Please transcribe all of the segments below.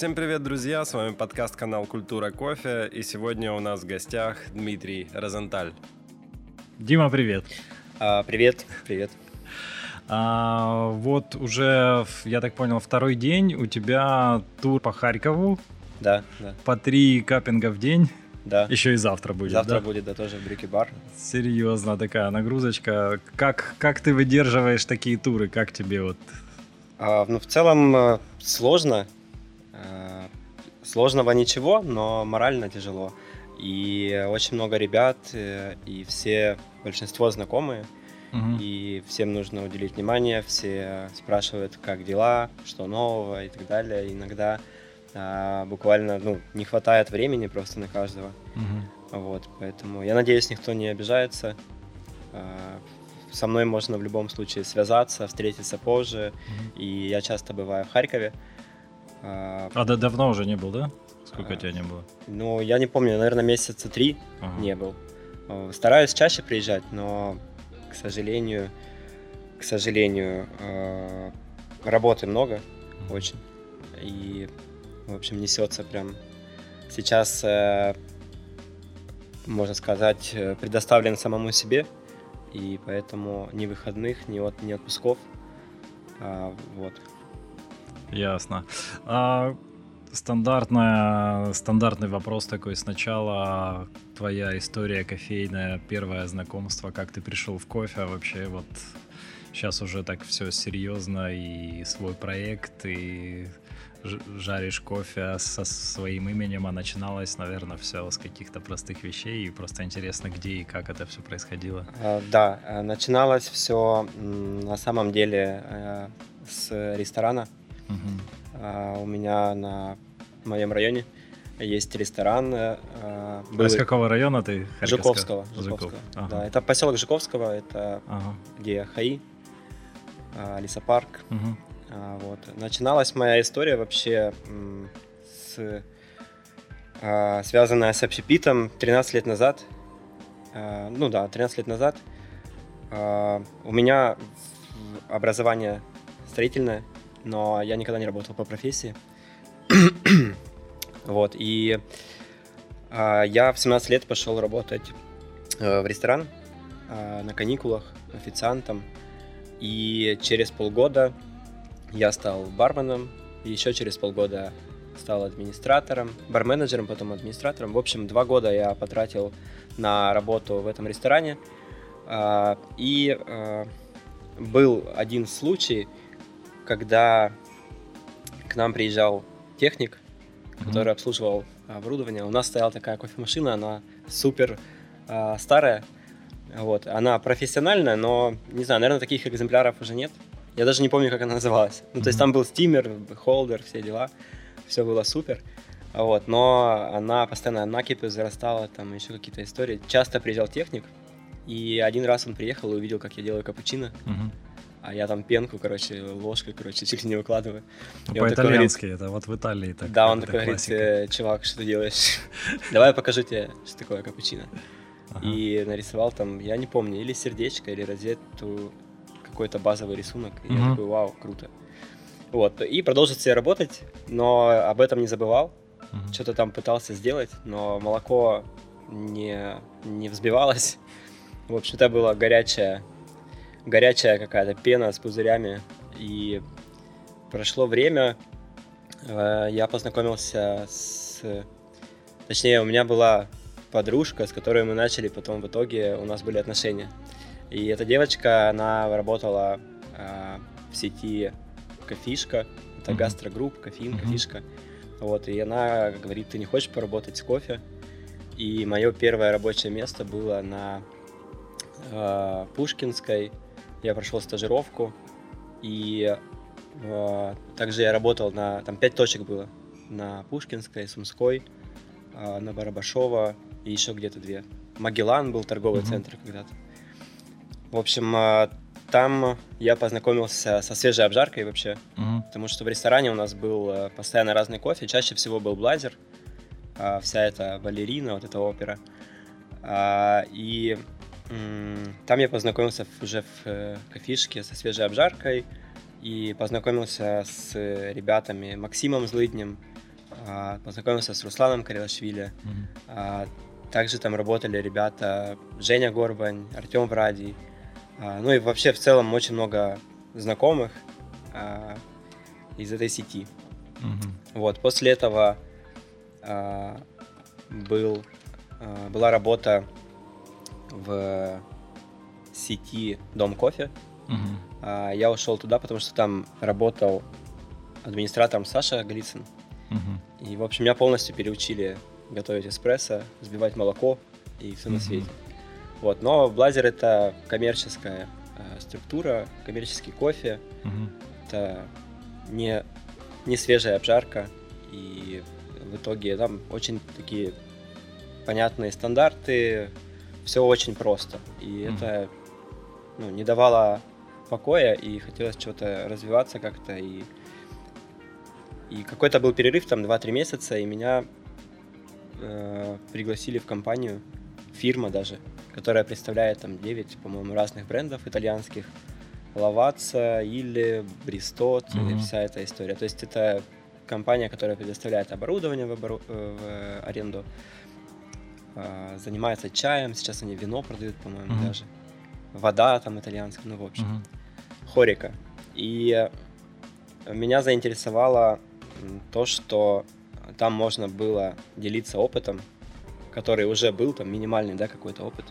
Всем привет, друзья! С вами подкаст-канал «Культура кофе», и сегодня у нас в гостях Дмитрий Розенталь. Дима, привет! Привет, привет. Вот уже, я так понял, второй день у тебя тур по Харькову. Да. По 3 каппинга в день. Да. Еще и завтра будет, Завтра да? будет, да, тоже брюки-бар. Серьезно, такая нагрузочка. Как ты выдерживаешь такие туры? Как тебе вот? В целом сложно. Сложного ничего, но морально тяжело. И очень много ребят, и большинство знакомые. Мгм. И всем нужно уделить внимание, все спрашивают, как дела, что нового и так далее. Иногда буквально не хватает времени просто на каждого. Мгм. Вот, поэтому я надеюсь, никто не обижается. Со мной можно в любом случае связаться, встретиться позже. И я часто бываю в Харькове. Давно уже не был, да? Сколько тебя не было? Я не помню, наверное, месяца 3 Ага. не был. Стараюсь чаще приезжать, но, к сожалению, работы много очень. И, в общем, несется прям сейчас, можно сказать, предоставлен самому себе. И поэтому ни выходных, ни отпусков. Вот. Ясно. Стандартный вопрос такой сначала. Твоя история кофейная, первое знакомство, как ты пришел в кофе, вообще вот сейчас уже так все серьезно, и свой проект, и жаришь кофе со своим именем, а начиналось, наверное, все с каких-то простых вещей, и просто интересно, где и как это все происходило. Да, начиналось все на самом деле с ресторана. Мгм. У меня на моем районе есть ресторан. А из какого района ты? Жуковского. Ага. Да, это поселок Жуковского, это Ага. где ХАИ, лесопарк. Мгм. Вот. Начиналась моя история вообще связанная с общепитом 13 лет назад. 13 лет назад. У меня образование строительное, но я никогда не работал по профессии. Вот, и я в 17 лет пошел работать в ресторан на каникулах официантом. И через полгода я стал барменом, и еще через полгода стал администратором, барменеджером, потом администратором. В общем, 2 года я потратил на работу в этом ресторане. И был один случай, когда к нам приезжал техник, который обслуживал оборудование. У нас стояла такая кофемашина, она супер старая. Вот. Она профессиональная, но, не знаю, наверное, таких экземпляров уже нет. Я даже не помню, как она называлась. То есть там был стимер, холдер, все дела. Все было супер. Вот. Но она постоянно накипью зарастала, там еще какие-то истории. Часто приезжал техник, и один раз он приехал и увидел, как я делаю капучино. Мгм. А я там пенку, ложкой, чуть ли не выкладываю. И он По-итальянски это, вот в Италии так. Да, он это такой говорит: классика. чувак, что ты делаешь? Давай я покажу тебе, что такое капучино. Ага. И нарисовал там, я не помню, или сердечко, или розетту, какой-то базовый рисунок. И я Мгм. такой: вау, круто. Вот, и продолжил себе работать, но об этом не забывал. Мгм. Что-то там пытался сделать, но молоко не взбивалось. В общем, это была горячая какая-то пена с пузырями. И прошло время, я познакомился Точнее, у меня была подружка, с которой мы начали потом в итоге, у нас были отношения. И эта девочка, она работала в сети «Кофишка». Это Мгм. гастрогрупп, кофеин, Мгм. кофишка. Вот, и она говорит: ты не хочешь поработать с кофе? И мое первое рабочее место было на Пушкинской. Я прошел стажировку. И также я работал там 5 точек было. На Пушкинской, Сумской, на Барабашова и еще где-то 2. Магеллан был торговый Мгм. центр когда-то. В общем, там я познакомился со свежей обжаркой вообще. Мгм. Потому что в ресторане у нас был постоянно разный кофе. Чаще всего был блазер, вся эта балерина, вот эта опера. И там я познакомился уже в кофишке со свежей обжаркой. И познакомился с ребятами Максимом Злыднем познакомился с Русланом Карилашвили. Также там работали ребята Женя Горбань, Артем Врадий. Ну и вообще в целом очень много знакомых из этой сети. Вот, после этого была работа в сети Дом кофе. Я ушел туда, потому что там работал администратором Саша Голицын. И, в общем, меня полностью переучили готовить эспрессо, взбивать молоко и все на свете. Вот. Но Блазер — это коммерческая структура, коммерческий кофе. Это не свежая обжарка. И в итоге там очень такие понятные стандарты, все очень просто. И это не давало покоя, и хотелось что-то развиваться как-то. И какой-то был перерыв, там 2-3 месяца, и меня пригласили в компанию, фирма даже, которая представляет там 9, по-моему, разных брендов итальянских. Лаваца, Илли, Бристот, и вся эта история. То есть это компания, которая предоставляет оборудование в аренду, занимается чаем, сейчас они вино продают, по-моему, даже. Вода там итальянская, ну, в общем. Хорика. И меня заинтересовало то, что там можно было делиться опытом, который уже был, там, минимальный, да, какой-то опыт.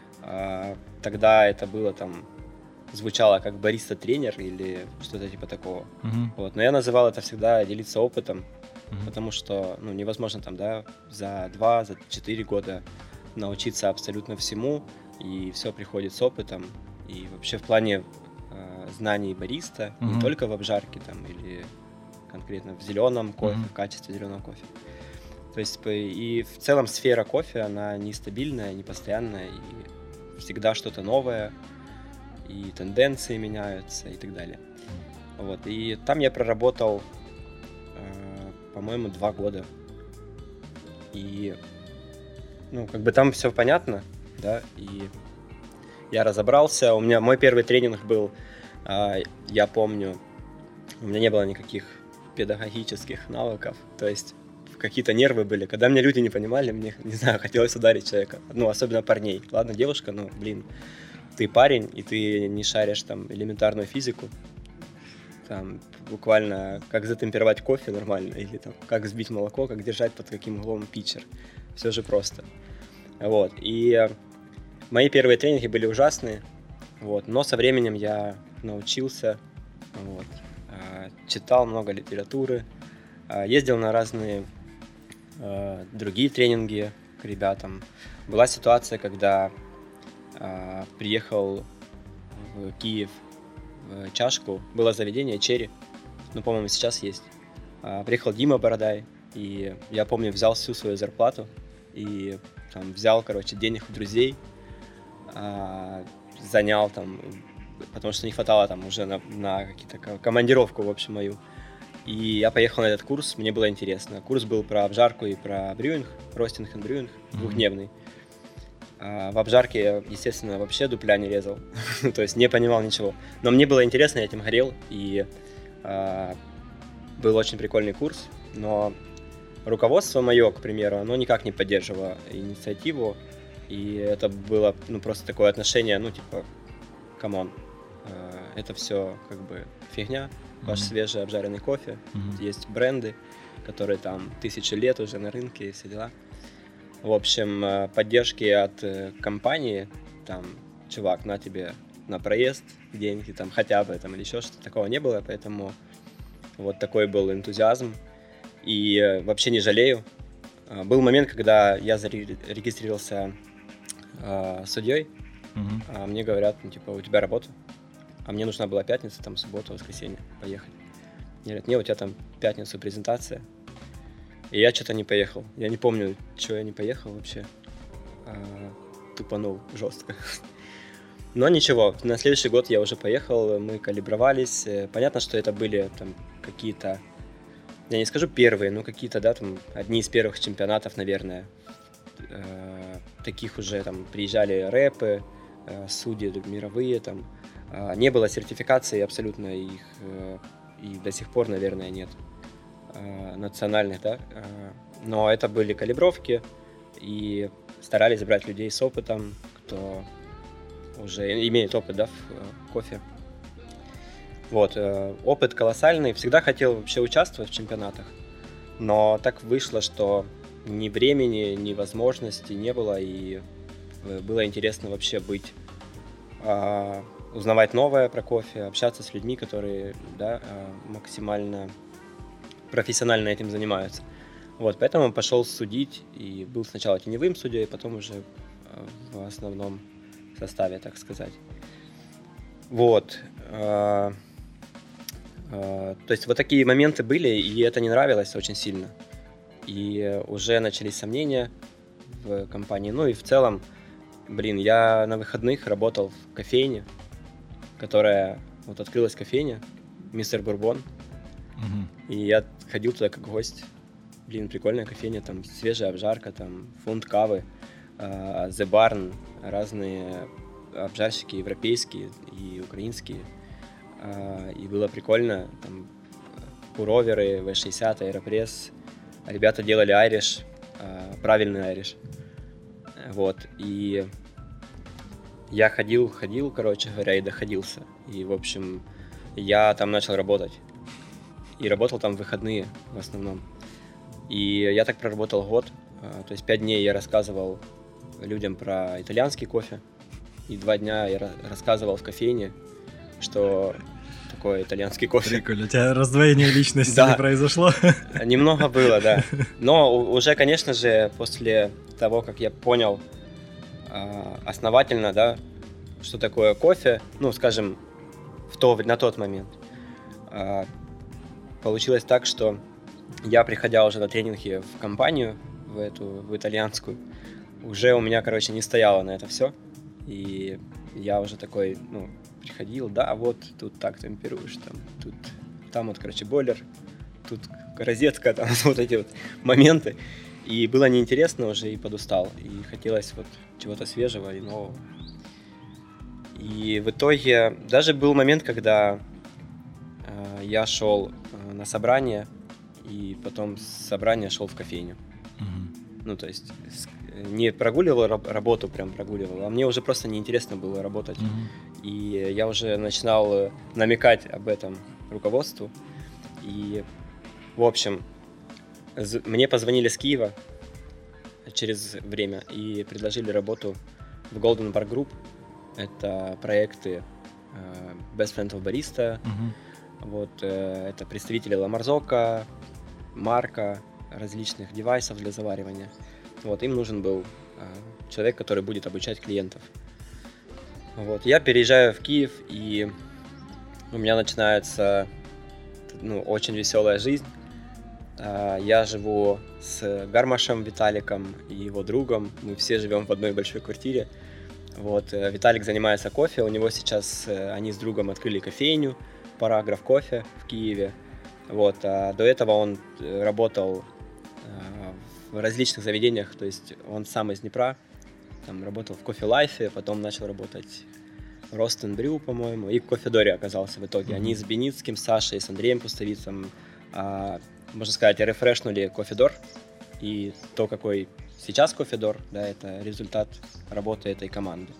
Тогда это было там, звучало как бариста-тренер или что-то типа такого. Вот. Но я называл это всегда делиться опытом, потому что невозможно там, да, за 4 года научиться абсолютно всему, и все приходит с опытом. И вообще в плане знаний бариста, не только в обжарке там, или конкретно в зеленом кофе, в качестве зеленого кофе. То есть и в целом сфера кофе, она нестабильная, непостоянная, и всегда что-то новое, и тенденции меняются, и так далее. Вот. И там я проработал, по-моему, 2 года. И, как бы там все понятно, да, и я разобрался. Мой первый тренинг был, я помню, у меня не было никаких педагогических навыков, то есть какие-то нервы были. Когда меня люди не понимали, мне, не знаю, хотелось ударить человека. Особенно парней. Ладно, девушка, ты парень, и ты не шаришь там элементарную физику. Там буквально как затемперовать кофе нормально, или там как взбить молоко, как держать под каким углом питчер. Все же просто. Вот. И мои первые тренинги были ужасные, вот, но со временем я научился, вот, читал много литературы, ездил на разные другие тренинги к ребятам. Была ситуация, когда приехал в Киев в Чашку, было заведение Черри, по-моему, сейчас есть. Приехал Дима Бородай, и я помню, взял всю свою зарплату и там взял, денег у друзей, занял там, потому что не хватало там уже на какие-то командировку, в общем, мою. И я поехал на этот курс, мне было интересно. Курс был про обжарку и про брюинг, ростинг и брюинг, двухдневный. В обжарке я, естественно, вообще дупля не резал, то есть не понимал ничего. Но мне было интересно, я этим горел, и был очень прикольный курс, но руководство мое, к примеру, оно никак не поддерживало инициативу, и это было, просто такое отношение, камон, это все как бы фигня, ваш свежий обжаренный кофе, есть бренды, которые там 1000 лет уже на рынке и все дела. В общем, поддержки от компании, там, чувак, на тебе на проезд деньги, там, хотя бы, там, или еще что-то, такого не было, поэтому вот такой был энтузиазм, и вообще не жалею. Был момент, когда я зарегистрировался судьей, а мне говорят, у тебя работа, а мне нужна была пятница, там, суббота, воскресенье, поехать. Мне говорят, у тебя там пятницу презентация. И я что-то не поехал. Я не помню, что я не поехал вообще. Тупанул жестко. Но ничего, на следующий год я уже поехал, мы калибровались. Понятно, что это были там какие-то, я не скажу первые, но какие-то, да, там, одни из первых чемпионатов, наверное. Таких уже там приезжали рэпы, судьи мировые, там. Не было сертификации абсолютно, их и до сих пор, наверное, нет. национальных, да, но это были калибровки, и старались брать людей с опытом, кто уже имеет опыт, да, в кофе. Вот, опыт колоссальный, всегда хотел вообще участвовать в чемпионатах, но так вышло, что ни времени, ни возможности не было, и было интересно вообще быть, узнавать новое про кофе, общаться с людьми, которые, да, максимально профессионально этим занимаются. Вот, поэтому пошел судить, и был сначала теневым судьей, потом уже в основном составе, так сказать. Вот. То есть вот такие моменты были, и это не нравилось очень сильно. И уже начались сомнения в компании. Ну и в целом, я на выходных работал в кофейне, которая, вот открылась кофейня, Мистер Бурбон. И я ходил туда как гость. Прикольная кофейня, там свежая обжарка, там фунт кавы, The Barn, разные обжарщики европейские и украинские. И было прикольно, там пуроверы, V60, Aeropress. Ребята делали айриш, правильный айриш. Вот, и я ходил, короче говоря, и доходился. И, в общем, я там начал работать. И работал там в выходные в основном. И я так проработал год. То есть 5 дней я рассказывал людям про итальянский кофе. И 2 дня я рассказывал в кофейне, что такое итальянский кофе. Прикольно, у тебя раздвоение личности не произошло? Немного было, да. Но уже, конечно же, после того, как я понял основательно, да, что такое кофе, ну, скажем, на тот момент, получилось так, что я, приходя уже на тренинги в компанию, в итальянскую, уже у меня, короче, не стояло на это все. И я уже такой, приходил, да, вот тут так темперируешь, там вот, короче, бойлер, тут розетка, там вот эти вот моменты. И было неинтересно уже, и подустал. И хотелось вот чего-то свежего и нового. И в итоге даже был момент, когда я шел на собрание, и потом с собрания шел в кофейню. Ну, то есть не прогуливал работу, прям прогуливал, а мне уже просто неинтересно было работать. И я уже начинал намекать об этом руководству. И, в общем, мне позвонили с Киева через время и предложили работу в Golden Bar Group. Это проекты Best Friend of Barista. Вот, это представители Ламарзока, Марка, различных девайсов для заваривания. Вот, им нужен был человек, который будет обучать клиентов. Вот, я переезжаю в Киев, и у меня начинается очень веселая жизнь. Я живу с Гармашем Виталиком и его другом. Мы все живем в одной большой квартире. Вот, Виталик занимается кофе. У него сейчас они с другом открыли кофейню Параграф кофе в Киеве. Вот, а до этого он работал в различных заведениях, то есть он сам из Днепра, там работал в Coffee Life, потом начал работать в Roast and Brew, по-моему, и в Coffee Dory оказался в итоге. Они с Беницким, с Сашей, с Андреем Пустовицем, можно сказать, рефрешнули Coffee Door, и то, какой сейчас Coffee Door, да, это результат работы этой команды.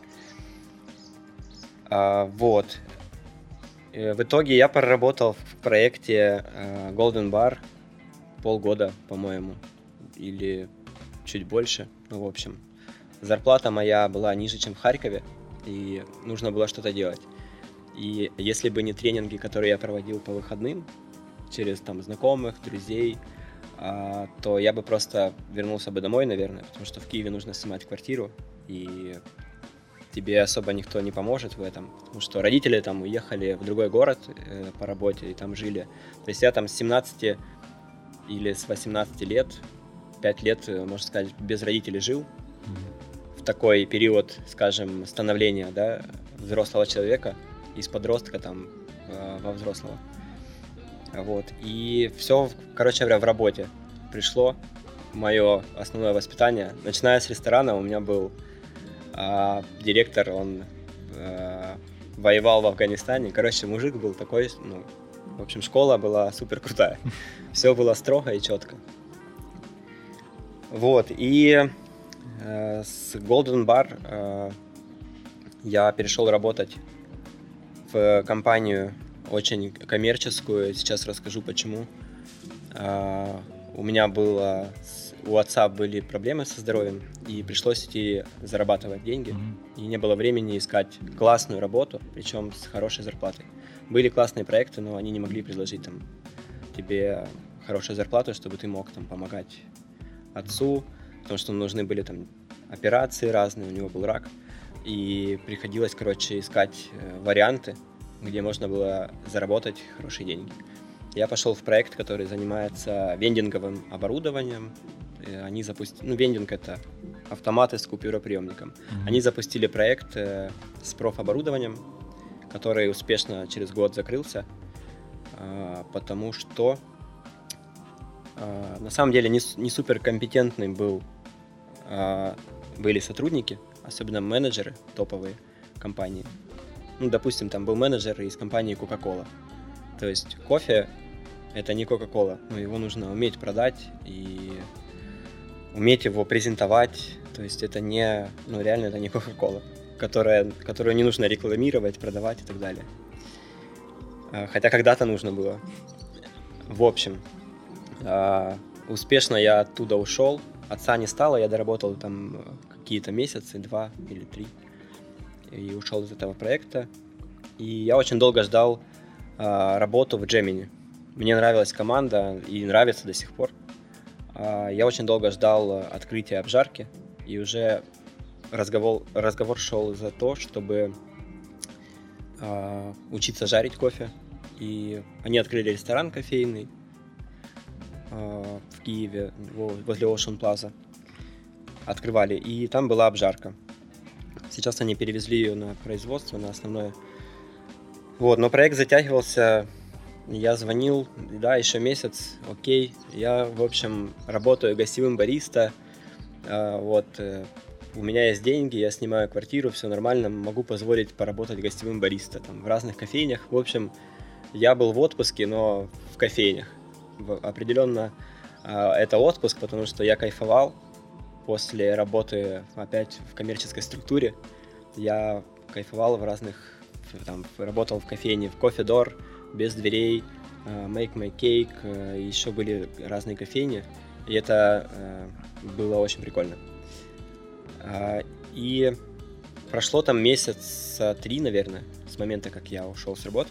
Вот. В итоге я проработал в проекте Golden Bar полгода, по-моему, или чуть больше. В общем, зарплата моя была ниже, чем в Харькове, и нужно было что-то делать. И если бы не тренинги, которые я проводил по выходным, через знакомых, друзей, то я бы просто вернулся бы домой, наверное, потому что в Киеве нужно снимать квартиру, и тебе особо никто не поможет в этом, потому что родители там уехали в другой город по работе и там жили. То есть я там с 17 или с 18 лет, 5 лет, можно сказать, без родителей жил. В такой период, скажем, становления, да, взрослого человека, из подростка во взрослого. Вот. И все, короче говоря, в работе пришло мое основное воспитание. Начиная с ресторана, у меня был директор, он воевал в Афганистане. Короче, мужик был такой, В общем, школа была супер крутая. Все было строго и четко. Вот, и с Golden Bar я перешел работать в компанию очень коммерческую. Сейчас расскажу, почему. У отца были проблемы со здоровьем, и пришлось идти зарабатывать деньги. И не было времени искать классную работу, причем с хорошей зарплатой. Были классные проекты, но они не могли предложить тебе хорошую зарплату, чтобы ты мог помогать отцу, потому что нужны были операции разные, у него был рак. И приходилось, искать варианты, где можно было заработать хорошие деньги. Я пошел в проект, который занимается вендинговым оборудованием. Они запустили, вендинг — это автоматы с купюроприемником. Они запустили проект с профоборудованием, который успешно через год закрылся, потому что на самом деле не суперкомпетентный были сотрудники, особенно менеджеры топовые компании. Допустим, там был менеджер из компании Coca-Cola. То есть кофе — это не Coca-Cola, но его нужно уметь продать и уметь его презентовать. То есть это реально это не Coca-Cola, которую не нужно рекламировать, продавать и так далее. Хотя когда-то нужно было. В общем, успешно я оттуда ушел. Отца не стало, я доработал какие-то месяцы, 2 или 3, и ушел из этого проекта. И я очень долго ждал работу в Gemini. Мне нравилась команда и нравится до сих пор. Я очень долго ждал открытия обжарки, и уже разговор шел за то, чтобы учиться жарить кофе. И они открыли ресторан кофейный в Киеве, возле Ocean Plaza. Открывали, и там была обжарка. Сейчас они перевезли ее на производство, на основное. Но проект затягивался. Я звонил, еще месяц, окей. Я, в общем, работаю гостевым бариста. У меня есть деньги, я снимаю квартиру, все нормально, могу позволить поработать гостевым бариста в разных кофейнях. В общем, я был в отпуске, но в кофейнях. Определенно это отпуск, потому что я кайфовал после работы опять в коммерческой структуре. Я кайфовал работал в кофейне, в Coffee Door, без дверей, Make My Cake, еще были разные кофейни, и это было очень прикольно. И прошло месяца 3, наверное, с момента, как я ушел с работы.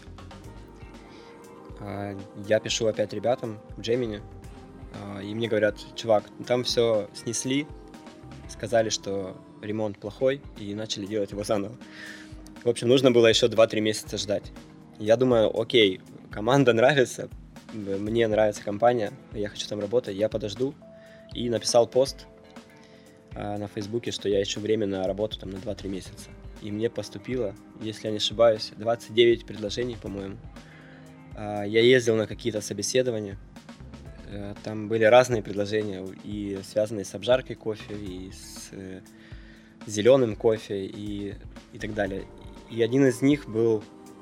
Я пишу опять ребятам в Gemini, и мне говорят: чувак, там все снесли, сказали, что ремонт плохой, и начали делать его заново. В общем, нужно было еще 2-3 месяца ждать. Я думаю, окей, команда нравится, мне нравится компания, я хочу там работать, я подожду. И написал пост на Фейсбуке, что я ищу время на работу на 2-3 месяца. И мне поступило, если я не ошибаюсь, 29 предложений, по-моему. Я ездил на какие-то собеседования, там были разные предложения, и связанные с обжаркой кофе, и с зеленым кофе, и так далее. И одно из них было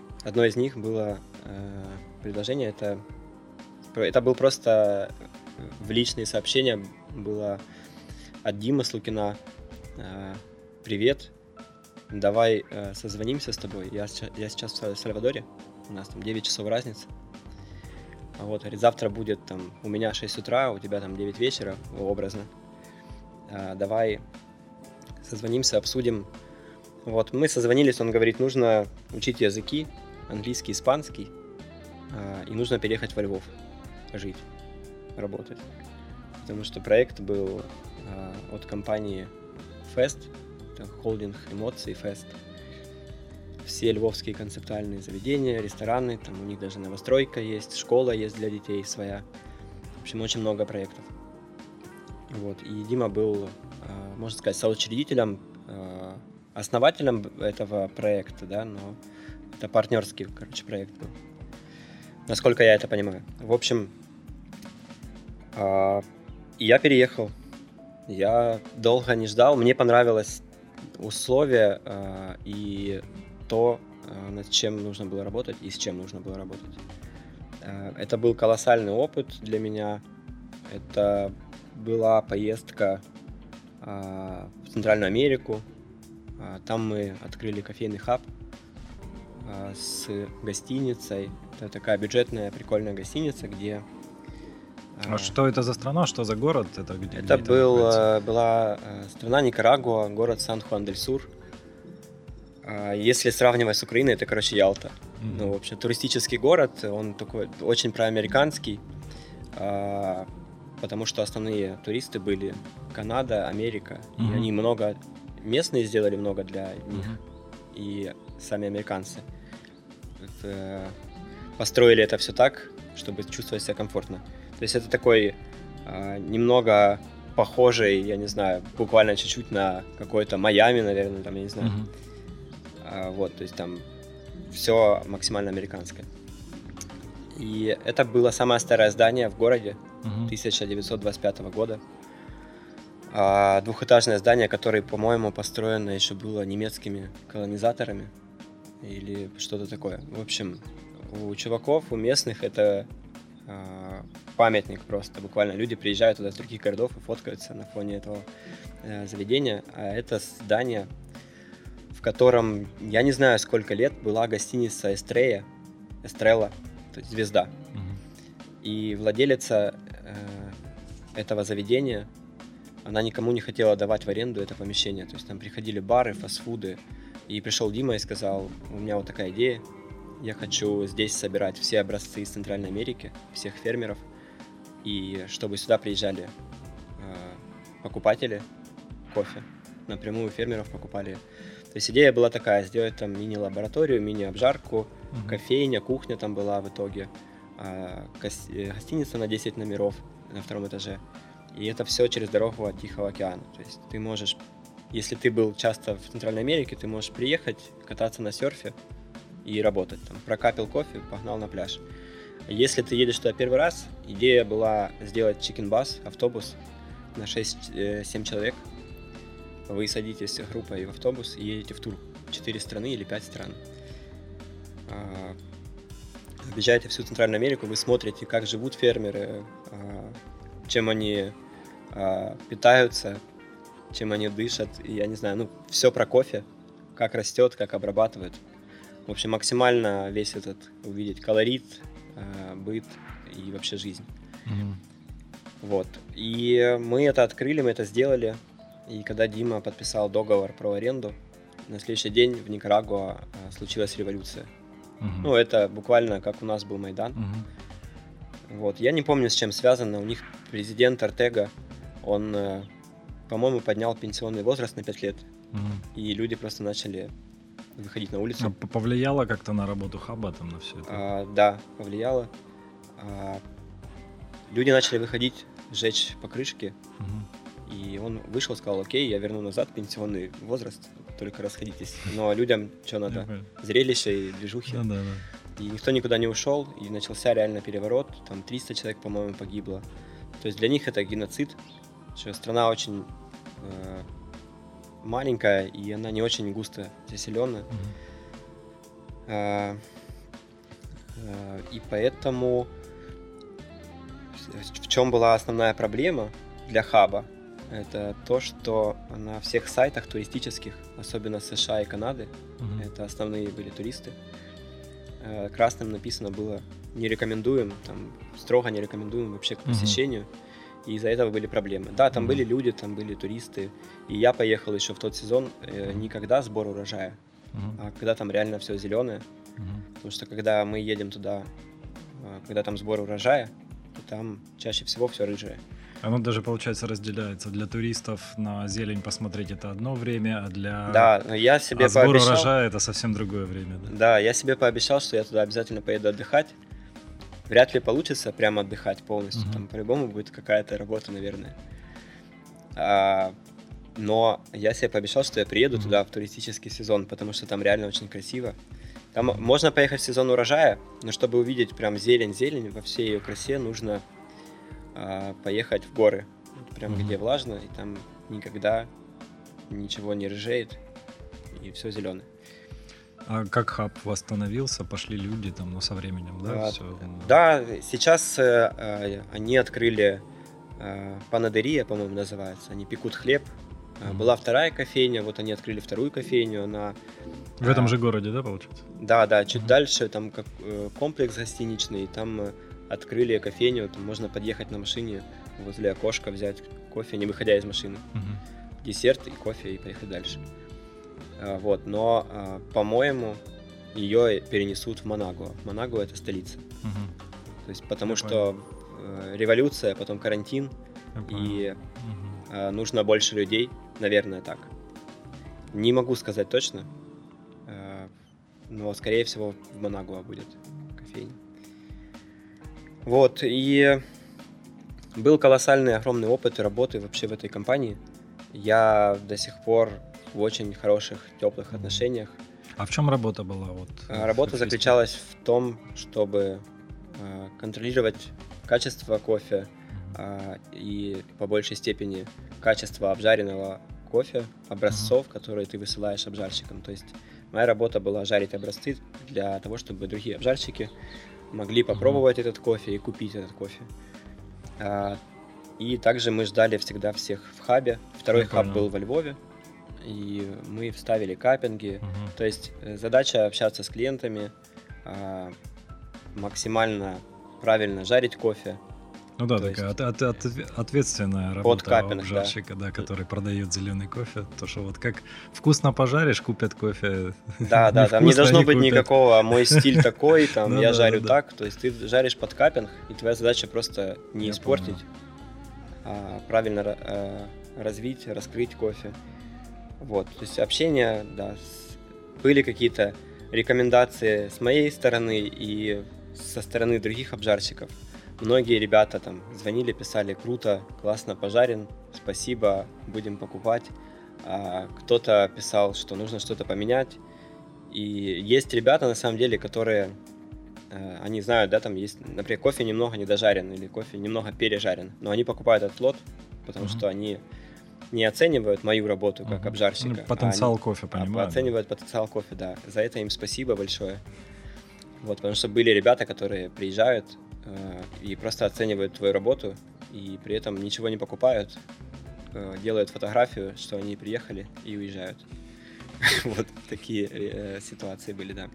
предложение, это был просто в личные сообщения, было от Димы Слукина: привет, давай созвонимся с тобой, я сейчас в Сальвадоре, у нас 9 часов разница. Говорит, завтра будет у меня 6 утра, у тебя 9 вечера, образно. Давай созвонимся, обсудим. Мы созвонились, он говорит, нужно учить языки, английский, испанский, и нужно переехать во Львов, жить, работать. Потому что проект был от компании Fest, холдинг эмоций Fest. Все львовские концептуальные заведения, рестораны, у них даже новостройка есть, школа есть для детей своя. В общем, очень много проектов. И Дима был, можно сказать, соучредителем, основателем этого проекта, но это партнерский, проект был. Насколько я это понимаю. В общем, я переехал. Я долго не ждал. Мне понравилось условия и то, над чем нужно было работать и с чем нужно было работать. Это был колоссальный опыт для меня. Это была поездка в Центральную Америку. Там мы открыли кофейный хаб с гостиницей. Это такая бюджетная, прикольная гостиница, где... А что это за страна, что за город? Это была страна Никарагуа, город Сан-Хуан-дель-Сур. Если сравнивать с Украиной, это, короче, Ялта. Ну, в общем, туристический город, он такой очень проамериканский, потому что основные туристы были Канада, Америка, и они местные сделали много для них, и сами американцы построили это все так, чтобы чувствовать себя комфортно. То есть это такой немного похожий, я не знаю, буквально чуть-чуть на какой-то Майами, наверное, там, я не знаю. Вот, то есть там все максимально американское. И это было самое старое здание в городе 1925 года. Двухэтажное здание, которое, по-моему, построено еще было немецкими колонизаторами или что-то такое. В общем, у чуваков, у местных это памятник просто. Буквально люди приезжают туда из других городов и фоткаются на фоне этого заведения. А это здание, в котором, я не знаю, сколько лет, была гостиница Эстрелла, то есть звезда. И владелица этого заведения, она никому не хотела давать в аренду это помещение. То есть там приходили бары, фастфуды. И пришел Дима и сказал: у меня вот такая идея. Я хочу здесь собирать все образцы из Центральной Америки, всех фермеров. И чтобы сюда приезжали покупатели кофе. Напрямую фермеров покупали. То есть идея была такая: сделать там мини-лабораторию, мини-обжарку, кофейня, кухня там была в итоге, гостиница на 10 номеров на втором этаже. И это все через дорогу от Тихого океана. То есть ты можешь, если ты был часто в Центральной Америке, ты можешь приехать, кататься на серфе и работать. Там, прокапил кофе, погнал на пляж. Если ты едешь туда первый раз, идея была сделать чикен-бас, автобус на 6-7 человек. Вы садитесь группой в автобус и едете в тур. 4 страны или 5 стран. Объезжаете всю Центральную Америку, вы смотрите, как живут фермеры, чем они питаются, чем они дышат. И я не знаю, ну, все про кофе, как растет, как обрабатывают. В общем, максимально весь этот увидеть колорит, быт и вообще жизнь. Вот. И мы это открыли, мы это сделали. И когда Дима подписал договор про аренду, на следующий день в Никарагуа случилась революция. Ну, это буквально как у нас был Майдан. Вот. Я не помню, с чем связано. У них президент Ортега, он, по-моему, поднял пенсионный возраст на 5 лет. И люди просто начали выходить на улицу. Повлияло как-то на работу хаба, там, на все это? Да, повлияло. Люди начали выходить, сжечь покрышки. И он вышел, сказал: окей, я верну назад пенсионный возраст, только расходитесь. Но людям что надо? Зрелище и движухи. И никто никуда не ушел, и начался реально переворот. Там 300 человек, по-моему, погибло. То есть для них это геноцид, что страна очень маленькая, и она не очень густо заселена. И поэтому в чем была основная проблема для хаба? Это то, что на всех сайтах туристических, особенно США и Канады, это основные были туристы, красным написано было: не рекомендуем, там, строго не рекомендуем вообще к посещению. И из-за этого были проблемы. Да, там были люди, там были туристы. И я поехал еще в тот сезон не когда сбор урожая, а когда там реально все зеленое. Потому что когда мы едем туда, когда там сбор урожая, то там чаще всего все рыжее. Оно даже, получается, разделяется. Для туристов на зелень посмотреть это одно время, а для я себе сбор пообещал, урожая это совсем другое время. Да, я себе пообещал, что я туда обязательно поеду отдыхать. Вряд ли получится прямо отдыхать полностью. Там по-любому будет какая-то работа, наверное. Но я себе пообещал, что я приеду туда в туристический сезон, потому что там реально очень красиво. Там можно поехать в сезон урожая, но чтобы увидеть прям зелень во всей ее красе, нужно поехать в горы, прям где влажно, и там никогда ничего не рыжеет, и все зеленое. А как хаб восстановился? Пошли люди там, ну, со временем, да? Всё? Да, сейчас они открыли панадерия, по-моему, называется. Они пекут хлеб. Была вторая кофейня, вот они открыли вторую кофейню. Она В этом же городе, да, получается? Да, чуть дальше, там как комплекс гостиничный, там открыли кофейню, там можно подъехать на машине возле окошка, взять кофе, не выходя из машины. Десерт и кофе, и поехать дальше. Вот, но, по-моему, ее перенесут в Манагуа. Манагуа — это столица. То есть, потому что революция, потом карантин, и нужно больше людей, наверное, так. Не могу сказать точно, но, скорее всего, в Манагуа будет кофейня. Вот, и был колоссальный, огромный опыт работы вообще в этой компании. Я до сих пор в очень хороших, теплых отношениях. А в чем работа была? Вот, работа заключалась в том, чтобы контролировать качество кофе и по большей степени качество обжаренного кофе, образцов, которые ты высылаешь обжарщикам. То есть моя работа была жарить образцы для того, чтобы другие обжарщики могли попробовать этот кофе и купить этот кофе. И также мы ждали всегда всех в хабе. Второй хаб был во Львове, и мы вставили каппинги. То есть задача общаться с клиентами, максимально правильно жарить кофе. Ну да, такая ответственная работа обжарщика, да, который продает зеленый кофе. То, что вот как вкусно пожаришь, купят кофе. Да, там не должно быть никакого «мой стиль такой», там «я жарю так». То есть ты жаришь под каппинг, и твоя задача просто не испортить, а правильно развить, раскрыть кофе. Вот, то есть общение, да, были какие-то рекомендации с моей стороны и со стороны других обжарщиков. Многие ребята там звонили, писали: круто, классно пожарен, спасибо, будем покупать. Кто-то писал, что нужно что-то поменять. И есть ребята, на самом деле, которые, они знают, да, там есть, например, кофе немного недожарен или кофе немного пережарен, но они покупают этот лот, потому что они не оценивают мою работу как обжарщика. Ну, потенциал кофе, понимаю. Оценивают потенциал кофе, да. За это им спасибо большое. Вот, потому что были ребята, которые приезжают и просто оценивают твою работу, и при этом ничего не покупают, делают фотографию, что они приехали, и уезжают. Вот такие ситуации были, да.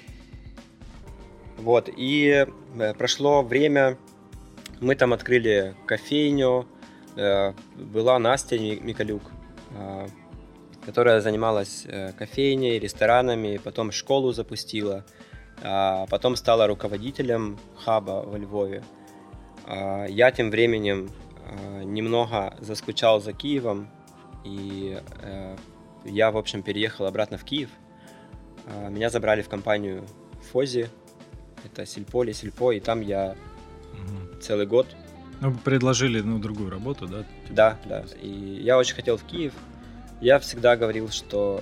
Вот, и прошло время, мы там открыли кофейню, была Настя Микалюк, которая занималась кофейней, ресторанами, потом школу запустила, потом стала руководителем хаба во Львове. Я тем временем немного заскучал за Киевом, и я, в общем, переехал обратно в Киев. Меня забрали в компанию Фози, это Сельпо, и там я целый год. Ну, предложили, другую работу, да? Да. И я очень хотел в Киев. Я всегда говорил, что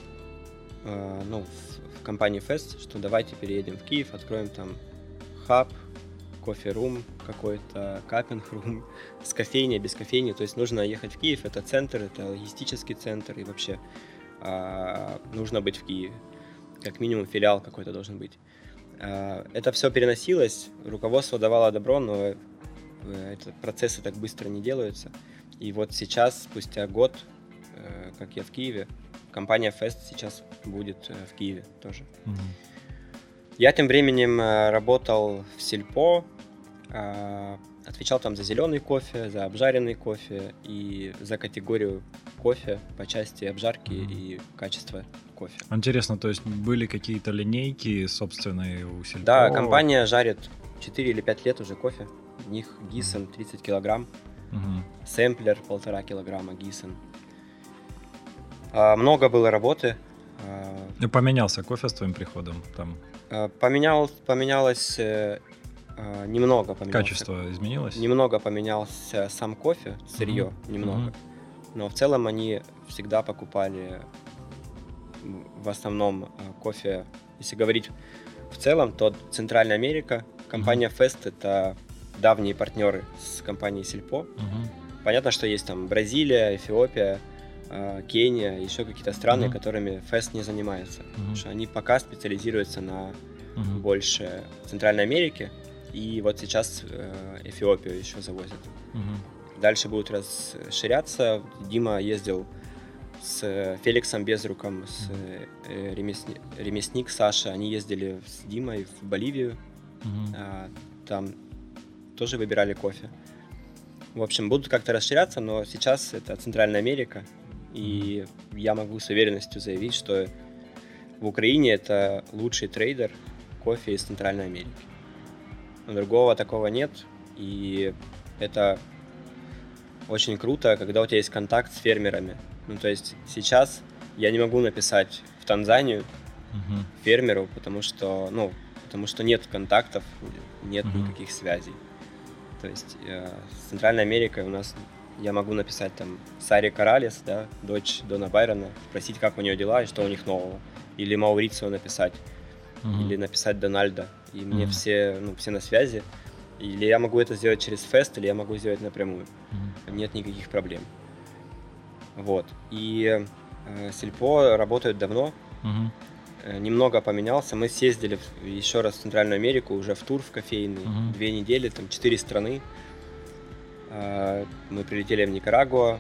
в компании Fest, что давайте переедем в Киев, откроем там хаб, кофе-рум какой-то, каппинг-рум, с кофейней, без кофейни. То есть нужно ехать в Киев, это центр, это логистический центр, и вообще нужно быть в Киеве. Как минимум филиал какой-то должен быть. Это все переносилось, руководство давало добро, но процессы так быстро не делаются. И вот сейчас, спустя год, как я в Киеве, компания Fest сейчас будет в Киеве тоже. Я тем временем работал в Сельпо, отвечал там за зеленый кофе, за обжаренный кофе и за категорию кофе по части обжарки и качества кофе. Интересно, то есть были какие-то линейки собственные у Сельпо? Да, компания жарит 4 или 5 лет уже кофе. В них Гиссен 30 килограмм, сэмплер 1,5 килограмма Гиссен. Много было работы. Поменялся кофе с твоим приходом? Там? Поменялось немного. Качество изменилось? Немного поменялся сам кофе, сырье немного. Но в целом они всегда покупали в основном кофе. Если говорить в целом, то Центральная Америка, компания Fest — это давние партнеры с компанией Сельпо. Понятно, что есть там Бразилия, Эфиопия, Кения, еще какие-то страны, которыми фест не занимается. Потому что они пока специализируются на больше Центральной Америке, и вот сейчас Эфиопию еще завозят. Дальше будут расширяться. Дима ездил с Феликсом Безруком, с ремесник Саша, они ездили с Димой в Боливию, там тоже выбирали кофе. В общем, будут как-то расширяться, но сейчас это Центральная Америка, и я могу с уверенностью заявить, что в Украине это лучший трейдер кофе из Центральной Америки. Но другого такого нет, и это очень круто, когда у тебя есть контакт с фермерами. Ну, то есть сейчас я не могу написать в Танзанию фермеру, потому что нет контактов, нет никаких связей. То есть с Центральной Америкой у нас я могу написать там Саре Коралес, да, дочь Дона Байрона, спросить, как у нее дела и что у них нового. Или Маурицио написать, или написать Дональда. И мне все на связи. Или я могу это сделать через фест, или я могу сделать напрямую. Нет никаких проблем. Вот. И Сельпо работают давно. Немного поменялся. Мы съездили еще раз в Центральную Америку, уже в тур в кофейный. 2 недели, там 4 страны. Мы прилетели в Никарагуа.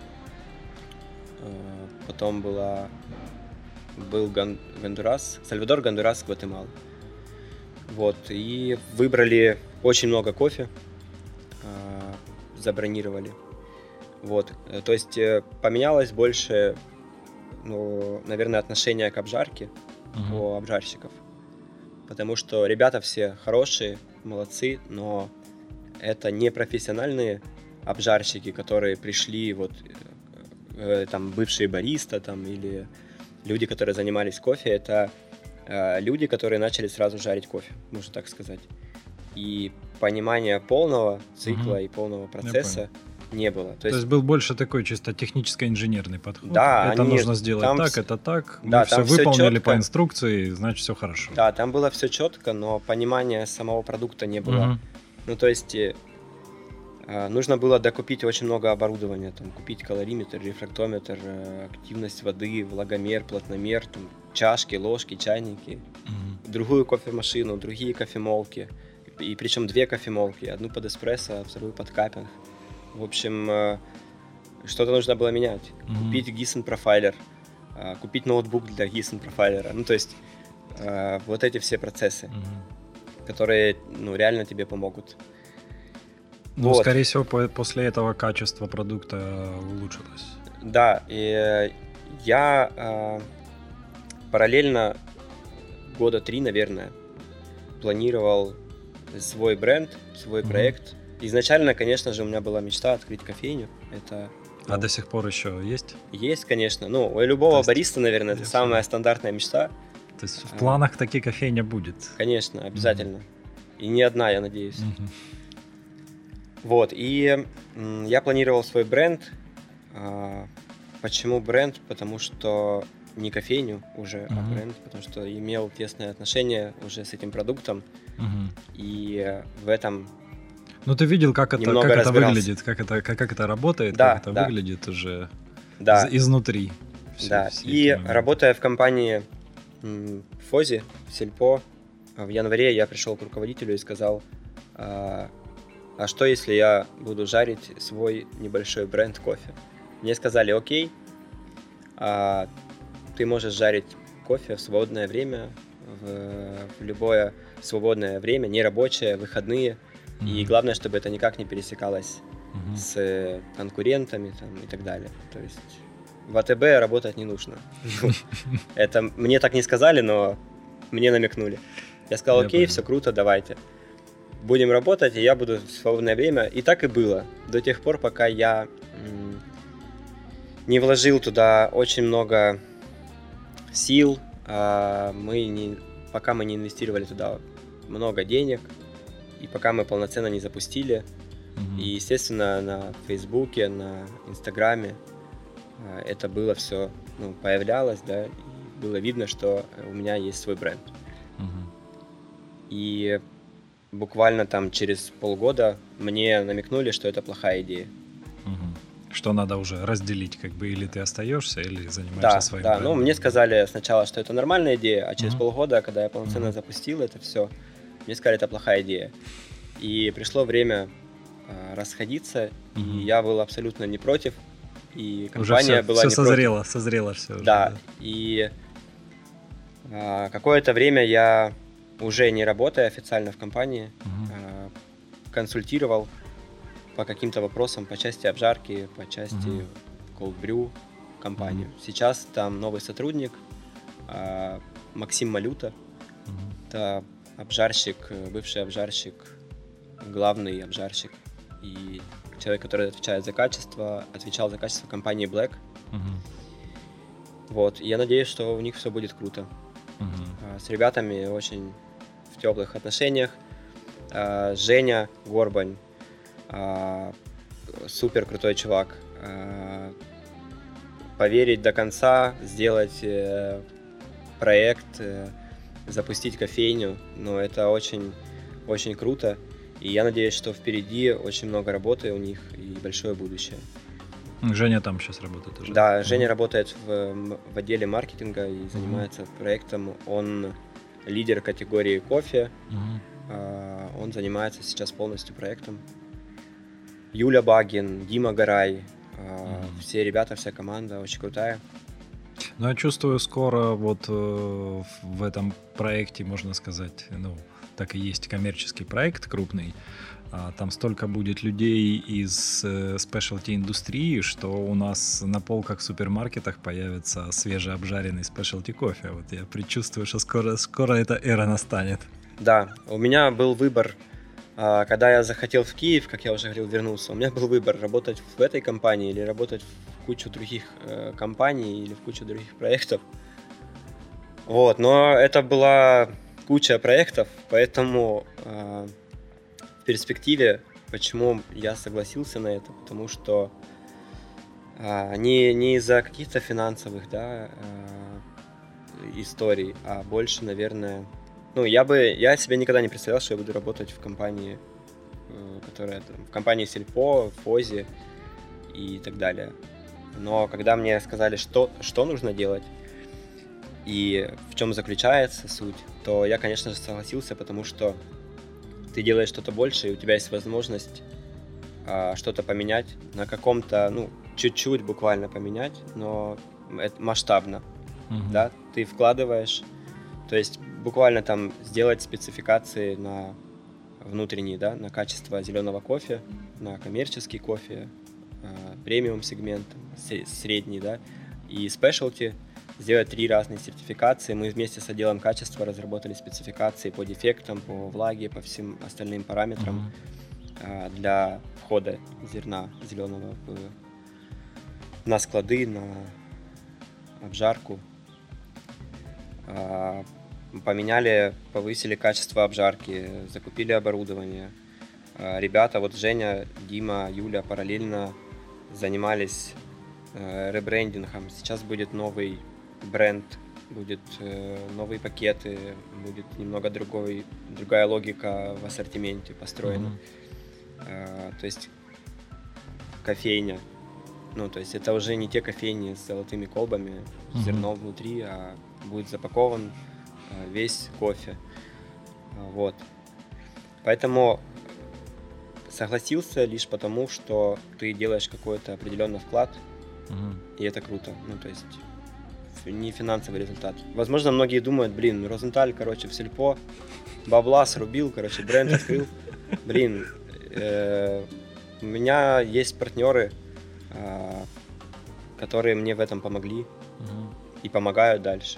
Потом был Гондурас, Сальвадор, Гондурас, Гватемала. Вот. И выбрали очень много кофе. Забронировали. Вот. То есть поменялось больше, наверное, отношение к обжарке у обжарщиков. Потому что ребята все хорошие, молодцы, но это не профессиональные обжарщики, которые пришли, вот там бывшие бариста там, или люди, которые занимались кофе. Это люди, которые начали сразу жарить кофе, можно так сказать. И понимания полного цикла и полного процесса не было. То есть был больше такой чисто техническо-инженерный подход. Да, это нужно сделать там, так, это так. Да, мы все выполнили по инструкции, значит, все хорошо. Да, там было все четко, но понимания самого продукта не было. Ну, то есть нужно было докупить очень много оборудования, там, купить калориметр, рефрактометр, активность воды, влагомер, плотномер, там, чашки, ложки, чайники, другую кофемашину, другие кофемолки. И причем 2 кофемолки, одну под эспрессо, вторую под каппинг. В общем, что-то нужно было менять. Купить Gießen Profiler, купить ноутбук для Gießen Profiler. Ну, то есть вот эти все процессы, которые, реально тебе помогут. Ну, вот. Скорее всего, после этого качество продукта улучшилось. Да, и я параллельно 3 года, наверное, планировал свой бренд, свой проект. Изначально, конечно же, у меня была мечта открыть кофейню. А до сих пор еще есть? Есть, конечно. У любого бариста, наверное, это самая стандартная мечта. То есть в планах таки кофейня будет? Конечно, обязательно. И не одна, я надеюсь. Вот, и я планировал свой бренд. Почему бренд? Потому что не кофейню уже, а бренд, потому что имел тесное отношение уже с этим продуктом. И в этом ты видел, как это выглядит, как это работает, да, как это выглядит уже изнутри. Да, и работая в компании Фози, Сельпо, в январе я пришел к руководителю и сказал: а что если я буду жарить свой небольшой бренд кофе? Мне сказали: окей, ты можешь жарить кофе в свободное время, в любое свободное время, нерабочее, выходные. И главное, чтобы это никак не пересекалось с конкурентами там, и так далее. То есть в АТБ работать не нужно. Это мне так не сказали, но мне намекнули. Я сказал: окей, все круто, давайте. Будем работать, и я буду в свободное время. И так и было. До тех пор, пока я не вложил туда очень много сил, пока мы не инвестировали туда много денег, и пока мы полноценно не запустили. И, естественно, на Фейсбуке, на Инстаграме это было все, появлялось, да, и было видно, что у меня есть свой бренд. И буквально там через полгода мне намекнули, что это плохая идея. Что надо уже разделить, как бы, или ты остаешься, или занимаешься своим брендом. Ну, мне сказали сначала, что это нормальная идея, а через полгода, когда я полноценно запустил это все, мне сказали, это плохая идея. И пришло время расходиться, и я был абсолютно не против, и компания была не против. Созрело все. Да, и какое-то время я, уже не работая официально в компании, консультировал по каким-то вопросам по части обжарки, по части cold brew компанию. Сейчас там новый сотрудник, Максим Малюта. Это обжарщик, бывший обжарщик, главный обжарщик и человек, который отвечал за качество компании Black. Вот. И я надеюсь, что у них все будет круто. С ребятами очень в теплых отношениях. Женя Горбань, супер крутой чувак. Поверить до конца, сделать проект, запустить кофейню, но это очень, очень круто. И я надеюсь, что впереди очень много работы у них и большое будущее. Женя там сейчас работает уже? Да, Женя работает в отделе маркетинга и занимается проектом. Он лидер категории кофе. Он занимается сейчас полностью проектом. Юля Багин, Дима Гарай, все ребята, вся команда очень крутая. Ну, я чувствую, скоро вот в этом проекте, можно сказать, так и есть коммерческий проект крупный. Там столько будет людей из спешлти-индустрии, что у нас на полках в супермаркетах появится свежеобжаренный спешлти кофе. Вот я предчувствую, что скоро эта эра настанет. Да, у меня был выбор, когда я захотел в Киев, как я уже говорил, вернулся, у меня был выбор работать в этой компании или работать в кучу других компаний или в кучу других проектов. Вот, но это была куча проектов, поэтому в перспективе, почему я согласился на это, потому что не из-за каких-то финансовых историй, а больше, наверное... я себе никогда не представлял, что я буду работать в компании, в компании Сельпо, Фози и так далее. Но когда мне сказали, что нужно делать и в чем заключается суть, то я, конечно же, согласился, потому что ты делаешь что-то больше, и у тебя есть возможность что-то поменять на каком-то, чуть-чуть буквально поменять, но это масштабно, да, ты вкладываешь. То есть буквально там сделать спецификации на внутренние, да, на качество зеленого кофе, на коммерческий кофе, премиум сегмент, средний, да, и спешлти, сделать 3 разные сертификации. Мы вместе с отделом качества разработали спецификации по дефектам, по влаге, по всем остальным параметрам для входа зерна зеленого на склады, на обжарку. Повысили качество обжарки, закупили оборудование. Ребята, вот Женя, Дима, Юля параллельно занимались ребрендингом. Сейчас будет новый бренд, будет новые пакеты, будет немного другая логика в ассортименте построена. То есть кофейня. То есть это уже не те кофейни с золотыми колбами, с зерном внутри, а будет запакован весь кофе. Вот. Поэтому согласился лишь потому, что ты делаешь какой-то определенный вклад, и это круто. То есть не финансовый результат. Возможно, многие думают, Розенталь, в Сельпо бабла срубил, бренд открыл. У меня есть партнеры, которые мне в этом помогли и помогают дальше.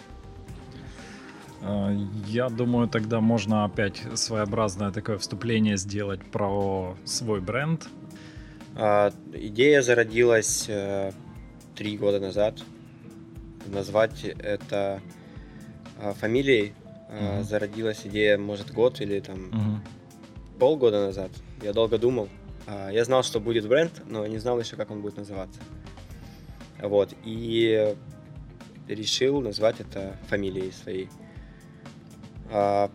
Я думаю, тогда можно опять своеобразное такое вступление сделать про свой бренд. Идея зародилась 3 года назад. Назвать это фамилией. Зародилась идея, может, год или полгода назад. Я долго думал. Я знал, что будет бренд, но не знал еще, как он будет называться. Вот. И решил назвать это фамилией своей. В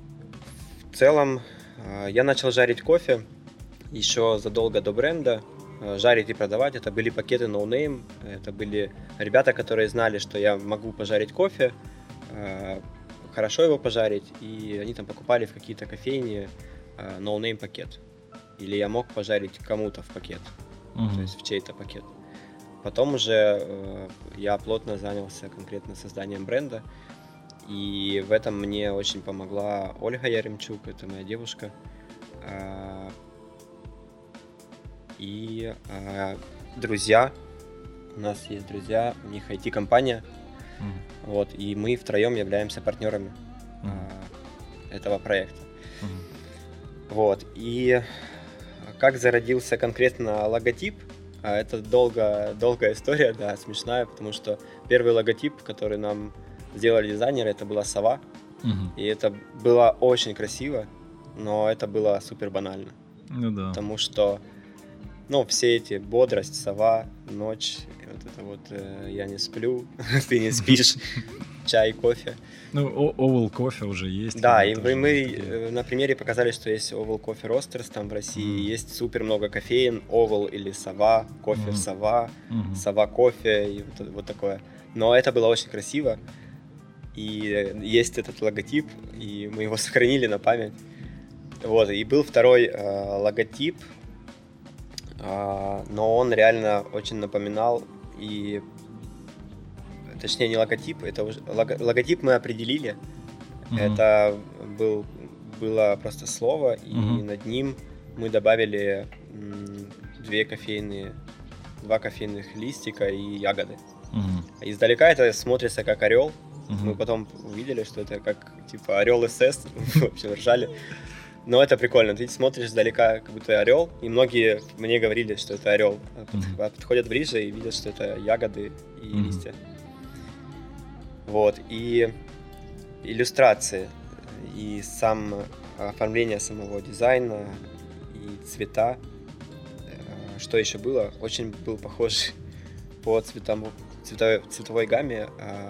целом, я начал жарить кофе еще задолго до бренда. жарить и продавать. Это были пакеты No Name, это были ребята, которые знали, что я могу пожарить кофе, хорошо его пожарить, и они там покупали в какие-то кофейни No Name пакет. Или я мог пожарить кому-то в пакет, то есть в чей-то пакет. Потом уже я плотно занялся конкретно созданием бренда, и в этом мне очень помогла Ольга Яремчук, это моя девушка. И друзья, у нас есть друзья, у них IT-компания, вот, и мы втроем являемся партнерами этого проекта. Вот, и как зародился конкретно логотип, это долгая история, да, смешная, потому что первый логотип, который нам сделали дизайнеры, это была сова, и это было очень красиво, но это было супер банально. Ну да. Потому что, все эти бодрость, сова, ночь, вот это вот я не сплю, ты не спишь, чай, кофе. Oval кофе уже есть. Да, и мы на примере показали, что есть Oval Coffee Roasters там в России, есть супер много кофеин, Oval или сова, кофе в сова, сова кофе и вот такое. Но это было очень красиво, и есть этот логотип, и мы его сохранили на память. Вот, и был второй логотип, но он реально очень напоминал, и точнее не логотип, это уже логотип мы определили, это было просто слово, и над ним мы добавили два кофейных листика и ягоды. Издалека это смотрится как орел, мы потом увидели, что это как типа орел СС, в общем, ржали. Но это прикольно, ты смотришь издалека, как будто орел, и многие мне говорили, что это орел. Подходят ближе и видят, что это ягоды и листья. Вот, и иллюстрации, и оформление самого дизайна, и цвета. Что еще было? Очень был похож по цветовой гамме.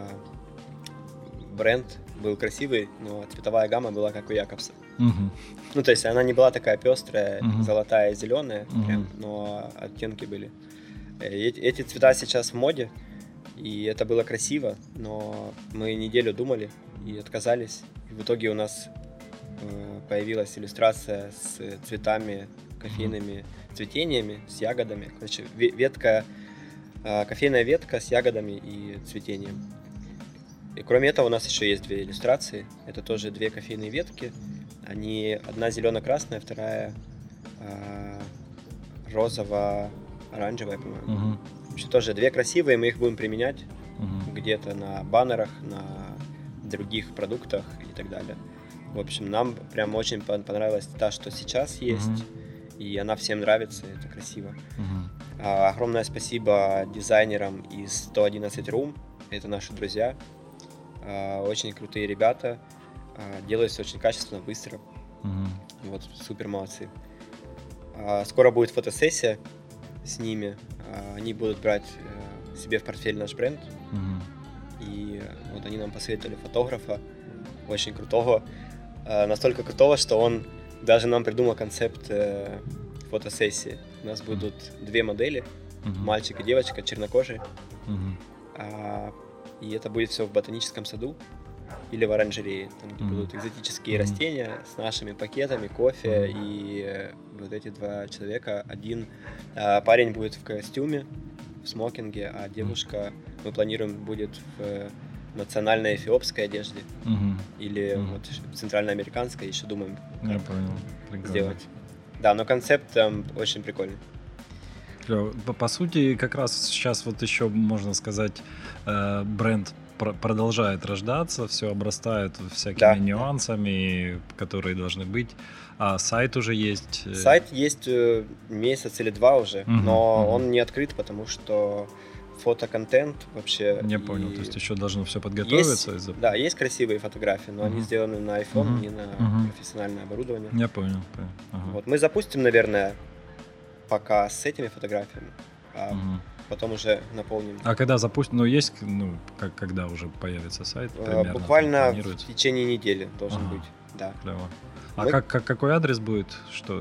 Бренд был красивый, но цветовая гамма была как у Якобса. То есть она не была такая пестрая, золотая и зеленая, но оттенки были. Эти цвета сейчас в моде, и это было красиво, но мы неделю думали и отказались. И в итоге у нас появилась иллюстрация с цветами, кофейными цветениями, с ягодами. Короче, кофейная ветка с ягодами и цветением. И кроме этого у нас еще есть две иллюстрации. Это тоже две кофейные ветки. Одна зелено-красная, вторая розово-оранжевая, по-моему. Вообще тоже две красивые, мы их будем применять где-то на баннерах, на других продуктах и так далее. В общем, нам прям очень понравилась та, что сейчас есть, и она всем нравится, это красиво. Огромное спасибо дизайнерам из 111 Room, это наши друзья, очень крутые ребята, делают очень качественно, быстро, вот, супер молодцы. Скоро будет фотосессия с ними, они будут брать себе в портфель наш бренд, и вот они нам посоветовали фотографа, очень крутого, настолько крутого, что он даже нам придумал концепт фотосессии. У нас будут две модели, мальчик и девочка, чернокожие, и это будет все в ботаническом саду или в оранжерее, там где будут экзотические растения с нашими пакетами, кофе, и вот эти два человека, один парень будет в костюме, в смокинге, а девушка, мы планируем, будет в национальной эфиопской одежде или вот центральноамериканской, еще думаем, как сделать. Да, но концепт там очень прикольный. По сути, как раз сейчас вот еще, можно сказать, бренд продолжает рождаться, все обрастает всякими нюансами, которые должны быть. А сайт уже есть? Сайт есть месяц или два уже, но он не открыт, потому что фотоконтент вообще... Я понял, то есть еще должно все подготовиться? Да, есть красивые фотографии, но они сделаны на iPhone, не на профессиональное оборудование. Я понял. Вот, мы запустим, наверное, пока с этими фотографиями, потом уже наполним. А когда запустим, есть, когда уже появится сайт? Примерно, буквально в течение недели должен быть, да. Клево. А какой адрес будет? Что?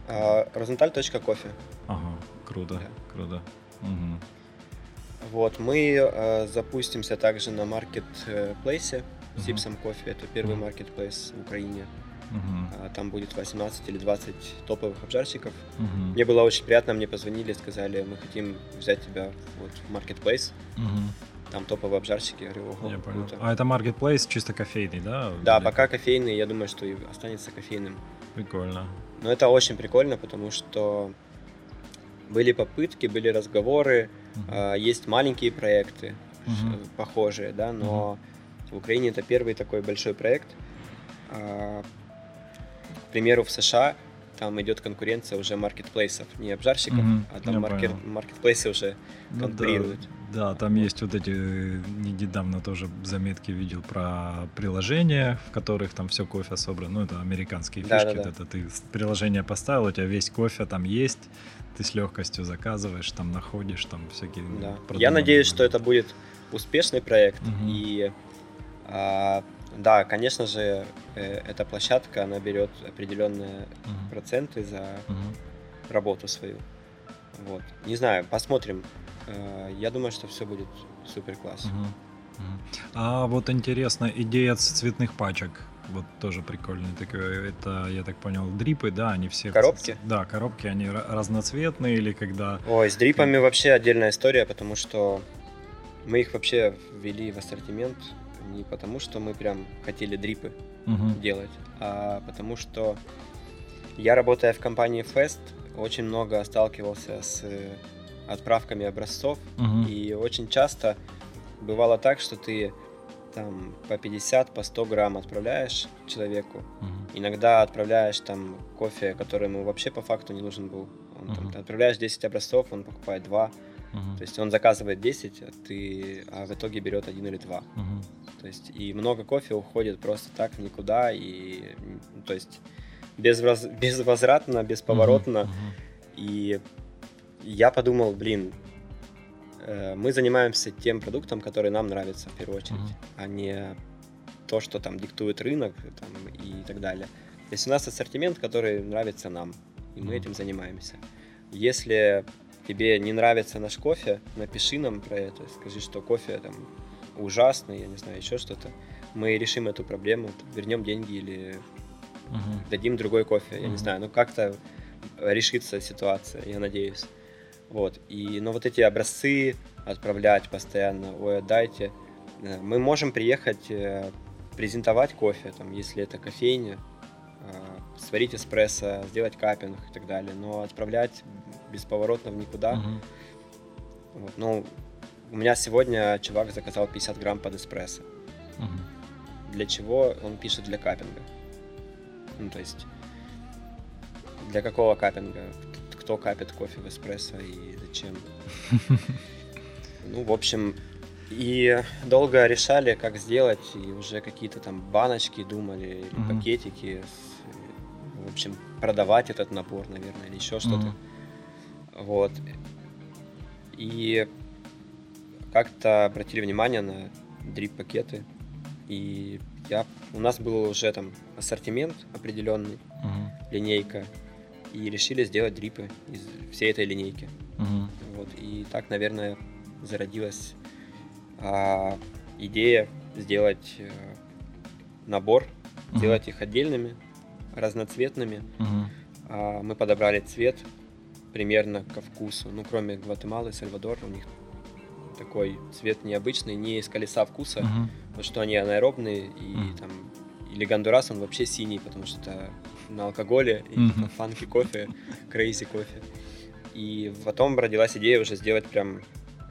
Rosenthal.coffee. Ага, круто, Да. круто. Мгм. Вот, мы запустимся также на маркетплейсе Мгм. Sipsum Coffee. Это первый Мгм. маркетплейс в Украине. Мгм. Там будет 18 или 20 топовых обжарщиков. Мгм. Мне было очень приятно, мне позвонили, сказали, мы хотим взять тебя вот в маркетплейс. Мгм. Там топовые обжарщики. Я говорю, ого, Я понял. круто. А это маркетплейс чисто кофейный, да? Да, Или пока как? кофейный, я думаю, что и останется кофейным. Прикольно. Но это очень прикольно, потому что были попытки, были разговоры, Мгм. есть маленькие проекты Мгм. похожие, да, но в Украине это первый такой большой проект. А, К примеру, в США там идет конкуренция уже маркетплейсов, не обжарщиков, Мгм. а там Я понял. маркетплейсы уже Ну конкурируют. да, там Вот. есть вот эти, недавно тоже заметки видел про приложения, в которых там все кофе собрано, ну это американские фишки, Да-да-да. вот это ты приложение поставил, у тебя весь кофе там есть, ты с легкостью заказываешь, там находишь, там всякие Да. Я продуманные надеюсь, что моменты. это будет успешный проект. Мгм. И да, конечно же, эта площадка, она берет определенные Мгм. проценты за Мгм. работу свою. Вот. Не знаю, посмотрим. Я думаю, что все будет супер класс. Мгм. Мгм. А вот интересно, идея цветных пачек, вот тоже прикольный такой, это, я так понял, дрипы, да, они все... Коробки? Да, коробки, они разноцветные или когда... Ой, с дрипами вообще отдельная история, потому что мы их вообще ввели в ассортимент не потому, что мы прям хотели дрипы Мгм. делать, а потому что я, работая в компании Fest, очень много сталкивался с отправками образцов, Мгм. и очень часто бывало так, что ты там по 50, по 100 грамм отправляешь человеку, Мгм. иногда отправляешь там кофе, который ему вообще по факту не нужен был. Мгм. Ты отправляешь 10 образцов, он покупает 2, Мгм. то есть он заказывает 10, а в итоге берет 1 или 2. Мгм. То есть и много кофе уходит просто так в никуда, и то есть безвозвратно, бесповоротно. Мгм. И я подумал, блин, мы занимаемся тем продуктом, который нам нравится в первую очередь, Мгм. а не то, что там диктует рынок там, и так далее. То есть у нас ассортимент, который нравится нам, и мы Мгм. этим занимаемся. Если тебе не нравится наш кофе, напиши нам про это, скажи, что кофе там ужасный, я не знаю, еще что-то. Мы решим эту проблему, вернем деньги или Мгм. дадим другой кофе, я не Мгм. знаю, ну как-то решится ситуация, я надеюсь. Вот, но вот эти образцы отправлять постоянно, ой, отдайте. Мы можем приехать, презентовать кофе, там, если это кофейня, сварить эспрессо, сделать каппинг и так далее, но отправлять бесповоротно в никуда. Мгм. Вот, ну, у меня сегодня чувак заказал 50 грамм под эспрессо. Мгм. Для чего? Он пишет для каппинга. Ну, то есть, для какого каппинга? Кто капит кофе в эспрессо и зачем? Ну, в общем, и долго решали, как сделать, и уже какие-то там баночки думали, или Мгм. пакетики, в общем, продавать этот набор, наверное, или еще что-то. Мгм. Вот. И как-то обратили внимание на дрип-пакеты, и у нас был уже там ассортимент определенный, Мгм. линейка, и решили сделать дрипы из всей этой линейки. Мгм. Вот. И так, наверное, зародилась идея сделать набор, Мгм. сделать их отдельными, разноцветными. Мгм. Мы подобрали цвет примерно ко вкусу. Ну, кроме Гватемалы, Сальвадора, у них такой цвет необычный, не из колеса вкуса, Мгм. потому что они анаэробные, и Мгм. там или Гондурас, он вообще синий, потому что это на алкоголе, и Мгм. фанки кофе, крейзи кофе. И потом родилась идея уже сделать прям,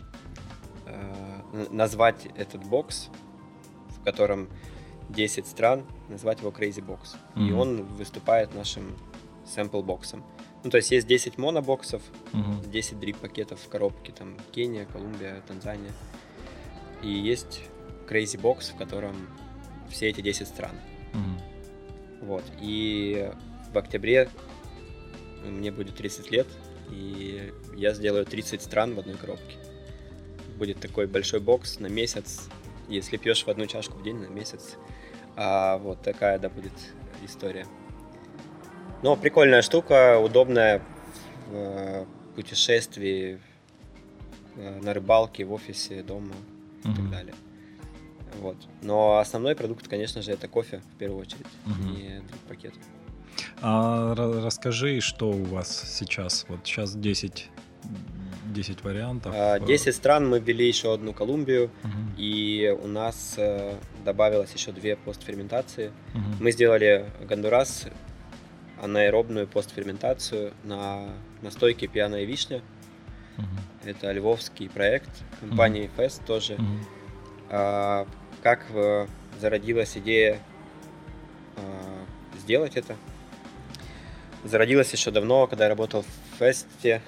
назвать этот бокс, в котором 10 стран, назвать его Crazy Box. И Мгм. он выступает нашим сэмпл-боксом. Ну, то есть есть 10 монобоксов, Мгм. 10 дрип-пакетов в коробке, там Кения, Колумбия, Танзания. И есть Crazy Box, в котором все эти 10 стран. Мгм. Вот. И в октябре мне будет 30 лет, и я сделаю 30 стран в одной коробке. Будет такой большой бокс на месяц, если пьешь в одну чашку в день, на месяц. Вот такая, да, будет история. Но прикольная штука, удобная в путешествии, на рыбалке, в офисе, дома и так далее. Вот. Но основной продукт, конечно же, это кофе в первую очередь, не пакет. А расскажи, что у вас сейчас? Вот сейчас 10 вариантов. 10 стран, мы ввели еще одну Колумбию, и у нас добавилось еще 2 постферментации. Мы сделали Гондурас, анаэробную постферментацию на настойке «Пьяная вишня». Это львовский проект компании Fest тоже. Как зародилась идея сделать это? Зародилась еще давно, когда я работал в Фесте.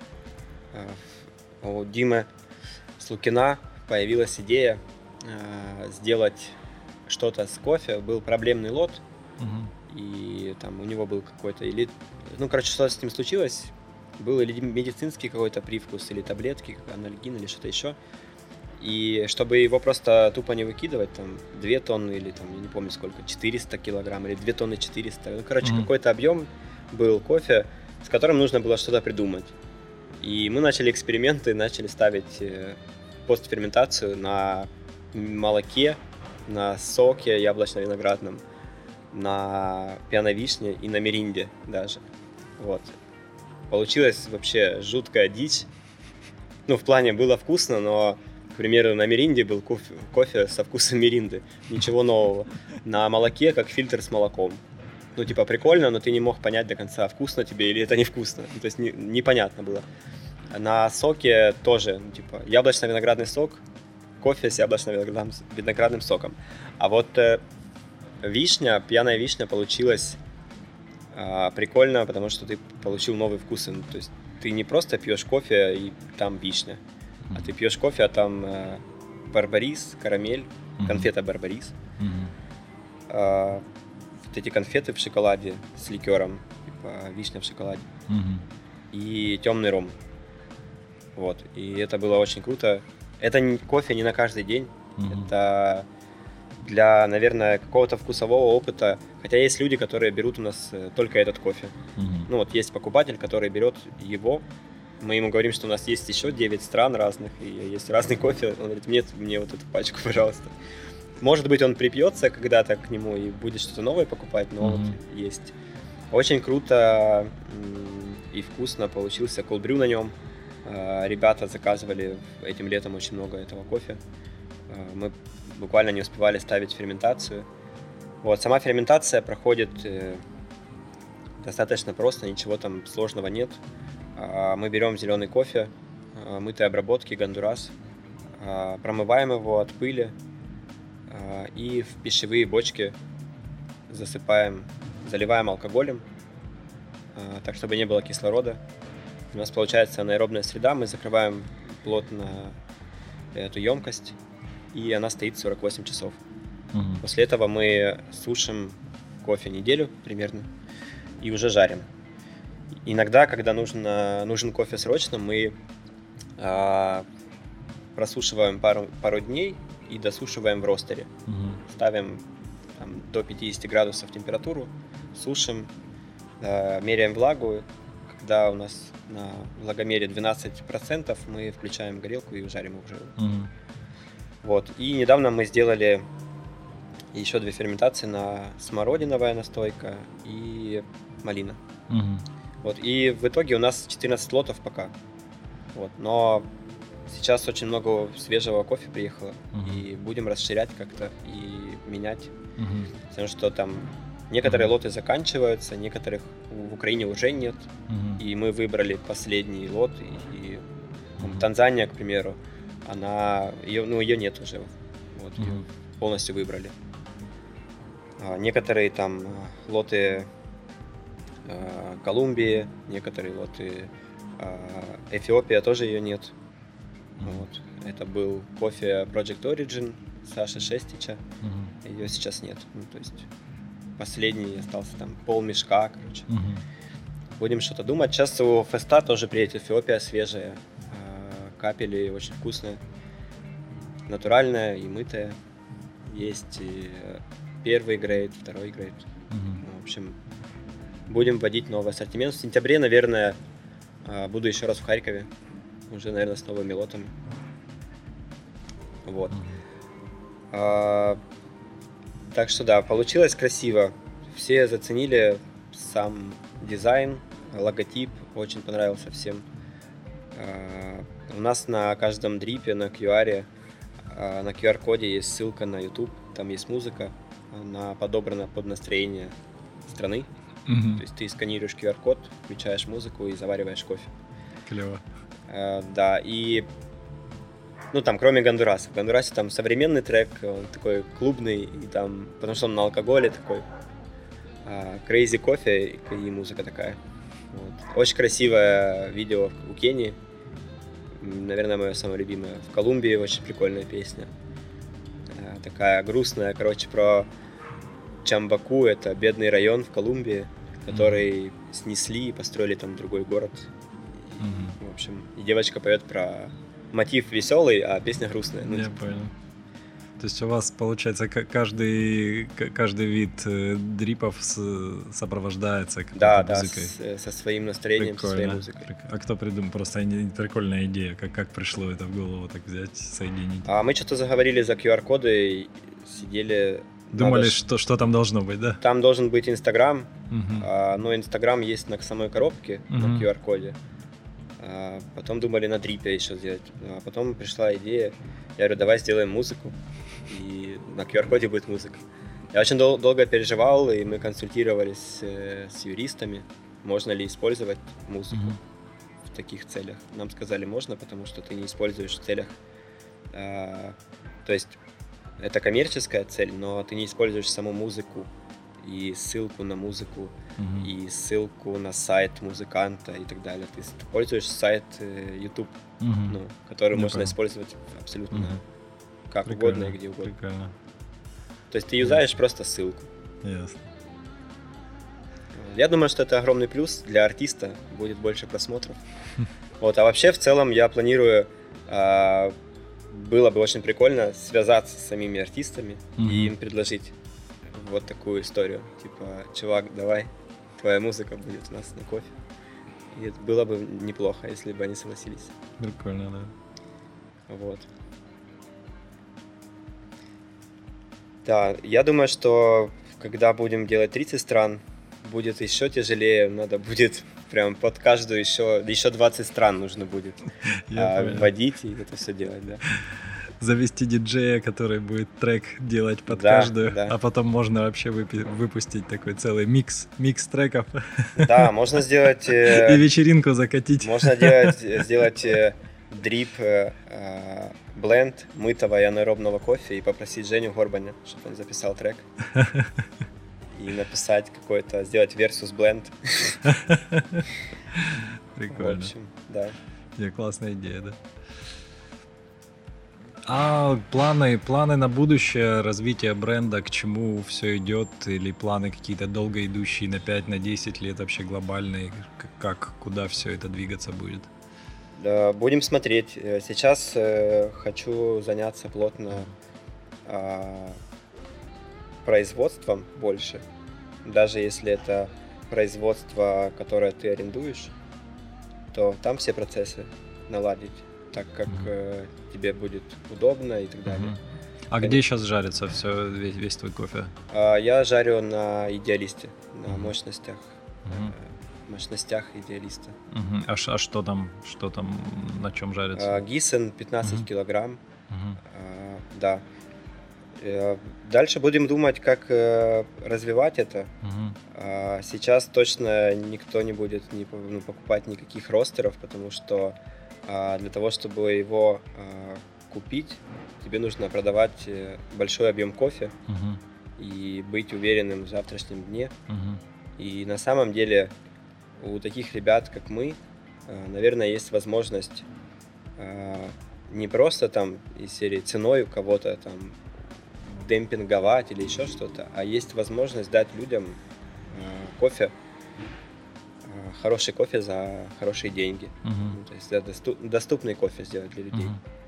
У Димы Слукина появилась идея сделать что-то с кофе. Был проблемный лот, и там у него был какой-то... что-то с ним случилось. Был или медицинский какой-то привкус, или таблетки, анальгин, или что-то еще. И чтобы его просто тупо не выкидывать, там, 2 тонны или, там, я не помню сколько, 400 килограмм или 2 тонны 400. Какой-то объем был кофе, с которым нужно было что-то придумать. И мы начали эксперименты, начали ставить постферментацию на молоке, на соке яблочно-виноградном, на пьяной вишне и на меринде даже. Вот. Получилась вообще жуткая дичь. В плане было вкусно, но, к примеру, на меринде был кофе со вкусом меринды. Ничего нового. На молоке как фильтр с молоком. Прикольно, но ты не мог понять до конца, вкусно тебе или это невкусно. То есть непонятно было. На соке тоже, яблочно-виноградный сок, кофе с яблочно-виноградным соком. А вот вишня, пьяная вишня получилась прикольно, потому что ты получил новый вкус. То есть ты не просто пьешь кофе и там вишня, а ты пьешь кофе, а там барбарис, карамель, конфета барбарис. Вот эти конфеты в шоколаде с ликером, вишня в шоколаде. И темный ром. Вот. И это было очень круто. Это кофе не на каждый день. Это для, наверное, какого-то вкусового опыта. Хотя есть люди, которые берут у нас только этот кофе. Есть покупатель, который берет его. Мы ему говорим, что у нас есть еще 9 стран разных, и есть разный кофе. Он говорит, нет, мне вот эту пачку, пожалуйста. Может быть, он припьется когда-то к нему и будет что-то новое покупать, но вот есть. Очень круто и вкусно получился колд-брю на нем. Ребята заказывали этим летом очень много этого кофе. Мы буквально не успевали ставить ферментацию. Вот, сама ферментация проходит достаточно просто, ничего там сложного нет. Мы берем зеленый кофе, мытой обработки, Гондурас, промываем его от пыли и в пищевые бочки заливаем алкоголем, так чтобы не было кислорода. У нас получается анаэробная среда, мы закрываем плотно эту емкость, и она стоит 48 часов. После этого мы сушим кофе неделю примерно и уже жарим. Иногда, когда нужен кофе срочно, мы просушиваем пару дней и досушиваем в ростере. Ставим до 50 градусов температуру, сушим, меряем влагу. Когда у нас на влагомере 12%, мы включаем горелку и жарим уже. Вот. И недавно мы сделали еще 2 ферментации на смородиновая настойка и малина. Вот. И в итоге у нас 14 лотов пока. Вот. Но сейчас очень много свежего кофе приехало, и будем расширять как-то и менять. Потому что там некоторые лоты заканчиваются, некоторых в Украине уже нет. И мы выбрали последний лот. И Танзания, к примеру, ее нет уже. Вот, ее полностью выбрали. Некоторые там лоты Колумбии, некоторые лоты Эфиопия, тоже ее нет. Вот. Это был кофе Project Origin Саши Шестича. Ее сейчас нет. То есть последний остался там полмешка, короче. Будем что-то думать. Сейчас у Феста тоже приедет Эфиопия свежая. Капели очень вкусная. Натуральная и мытая. Есть и первый грейд, второй грейд. В общем, будем вводить новый ассортимент. В сентябре, наверное, буду еще раз в Харькове, уже, наверное, с новыми лотами. Вот. Так что да, получилось красиво. Все заценили сам дизайн, логотип, очень понравился всем. У нас на каждом дрипе, на QR, на QR-коде есть ссылка на YouTube, там есть музыка, она подобрана под настроение страны. То есть ты сканируешь QR-код, включаешь музыку и завариваешь кофе. Клево. Да, и ну там кроме Гондураса. В Гондурасе там современный трек, он такой клубный, и там, потому что он на алкоголе такой. Crazy кофе и музыка такая. Вот. Очень красивое видео у Кении. Наверное, мое самое любимое. В Колумбии очень прикольная песня. Такая грустная, короче, про Чамбаку. Это бедный район в Колумбии, который снесли и построили там другой город. В общем, и девочка поет про мотив веселый, а песня грустная. Я понял. То есть у вас, получается, каждый вид дрипов сопровождается какой-то музыкой? Да, со своим настроением, со своей музыкой. А кто придумал? Просто прикольная идея. Как пришло это в голову так взять, соединить? Мы что-то заговорили за QR-коды, сидели... Думали, что там должно быть, да? Там должен быть Инстаграм, но Инстаграм есть на самой коробке, на QR-коде. Потом думали на дрипе еще сделать. А потом пришла идея, я говорю, давай сделаем музыку, и на QR-коде будет музыка. Я очень долго переживал, и мы консультировались с юристами, можно ли использовать музыку в таких целях. Нам сказали, можно, потому что ты не используешь в целях... То есть это коммерческая цель, но ты не используешь саму музыку и ссылку на музыку, и ссылку на сайт музыканта и так далее. Ты пользуешь сайт YouTube, который можно использовать абсолютно как угодно и где угодно. Прикольно. То есть ты юзаешь просто ссылку. Ясно. Я думаю, что это огромный плюс для артиста, будет больше просмотров. Вот, а вообще в целом я планирую, было бы очень прикольно связаться с самими артистами и им предложить вот такую историю. Типа, чувак, давай, твоя музыка будет у нас на кофе. И это было бы неплохо, если бы они согласились. Прикольно, да. Вот. Да, я думаю, что когда будем делать 30 стран, будет еще тяжелее. Надо будет прям под каждую еще 20 стран нужно будет вводить и это все делать, да. Завести диджея, который будет трек делать под каждую, а потом можно вообще выпустить такой целый микс треков. Да, можно сделать... И вечеринку закатить. Можно сделать дрип, бленд мытого и анаэробного кофе и попросить Женю Горбаня, чтобы он записал трек. И написать какой-то, сделать versus blend. Прикольно. В общем, да. Классная идея, да. А планы на будущее, развитие бренда, к чему все идет? Или планы какие-то долго идущие на 5, на 10 лет, вообще глобальные? Куда все это двигаться будет? Да, будем смотреть. Сейчас хочу заняться плотно производством больше. Даже если это производство, которое ты арендуешь, то там все процессы наладить так, как тебе будет удобно и так далее. А где сейчас жарится весь твой кофе? Я жарю на идеалисте, на мощностях идеалиста. А что там, на чем жарится? Гиссен 15 килограмм. Да. Дальше будем думать, как развивать это. Сейчас точно никто не будет покупать никаких ростеров, потому что для того, чтобы его купить, тебе нужно продавать большой объем кофе и быть уверенным в завтрашнем дне. И на самом деле у таких ребят, как мы, наверное, есть возможность не просто там из серии ценой у кого-то там демпинговать или еще что-то, а есть возможность дать людям кофе, хороший кофе за хорошие деньги. То есть доступный кофе сделать для людей.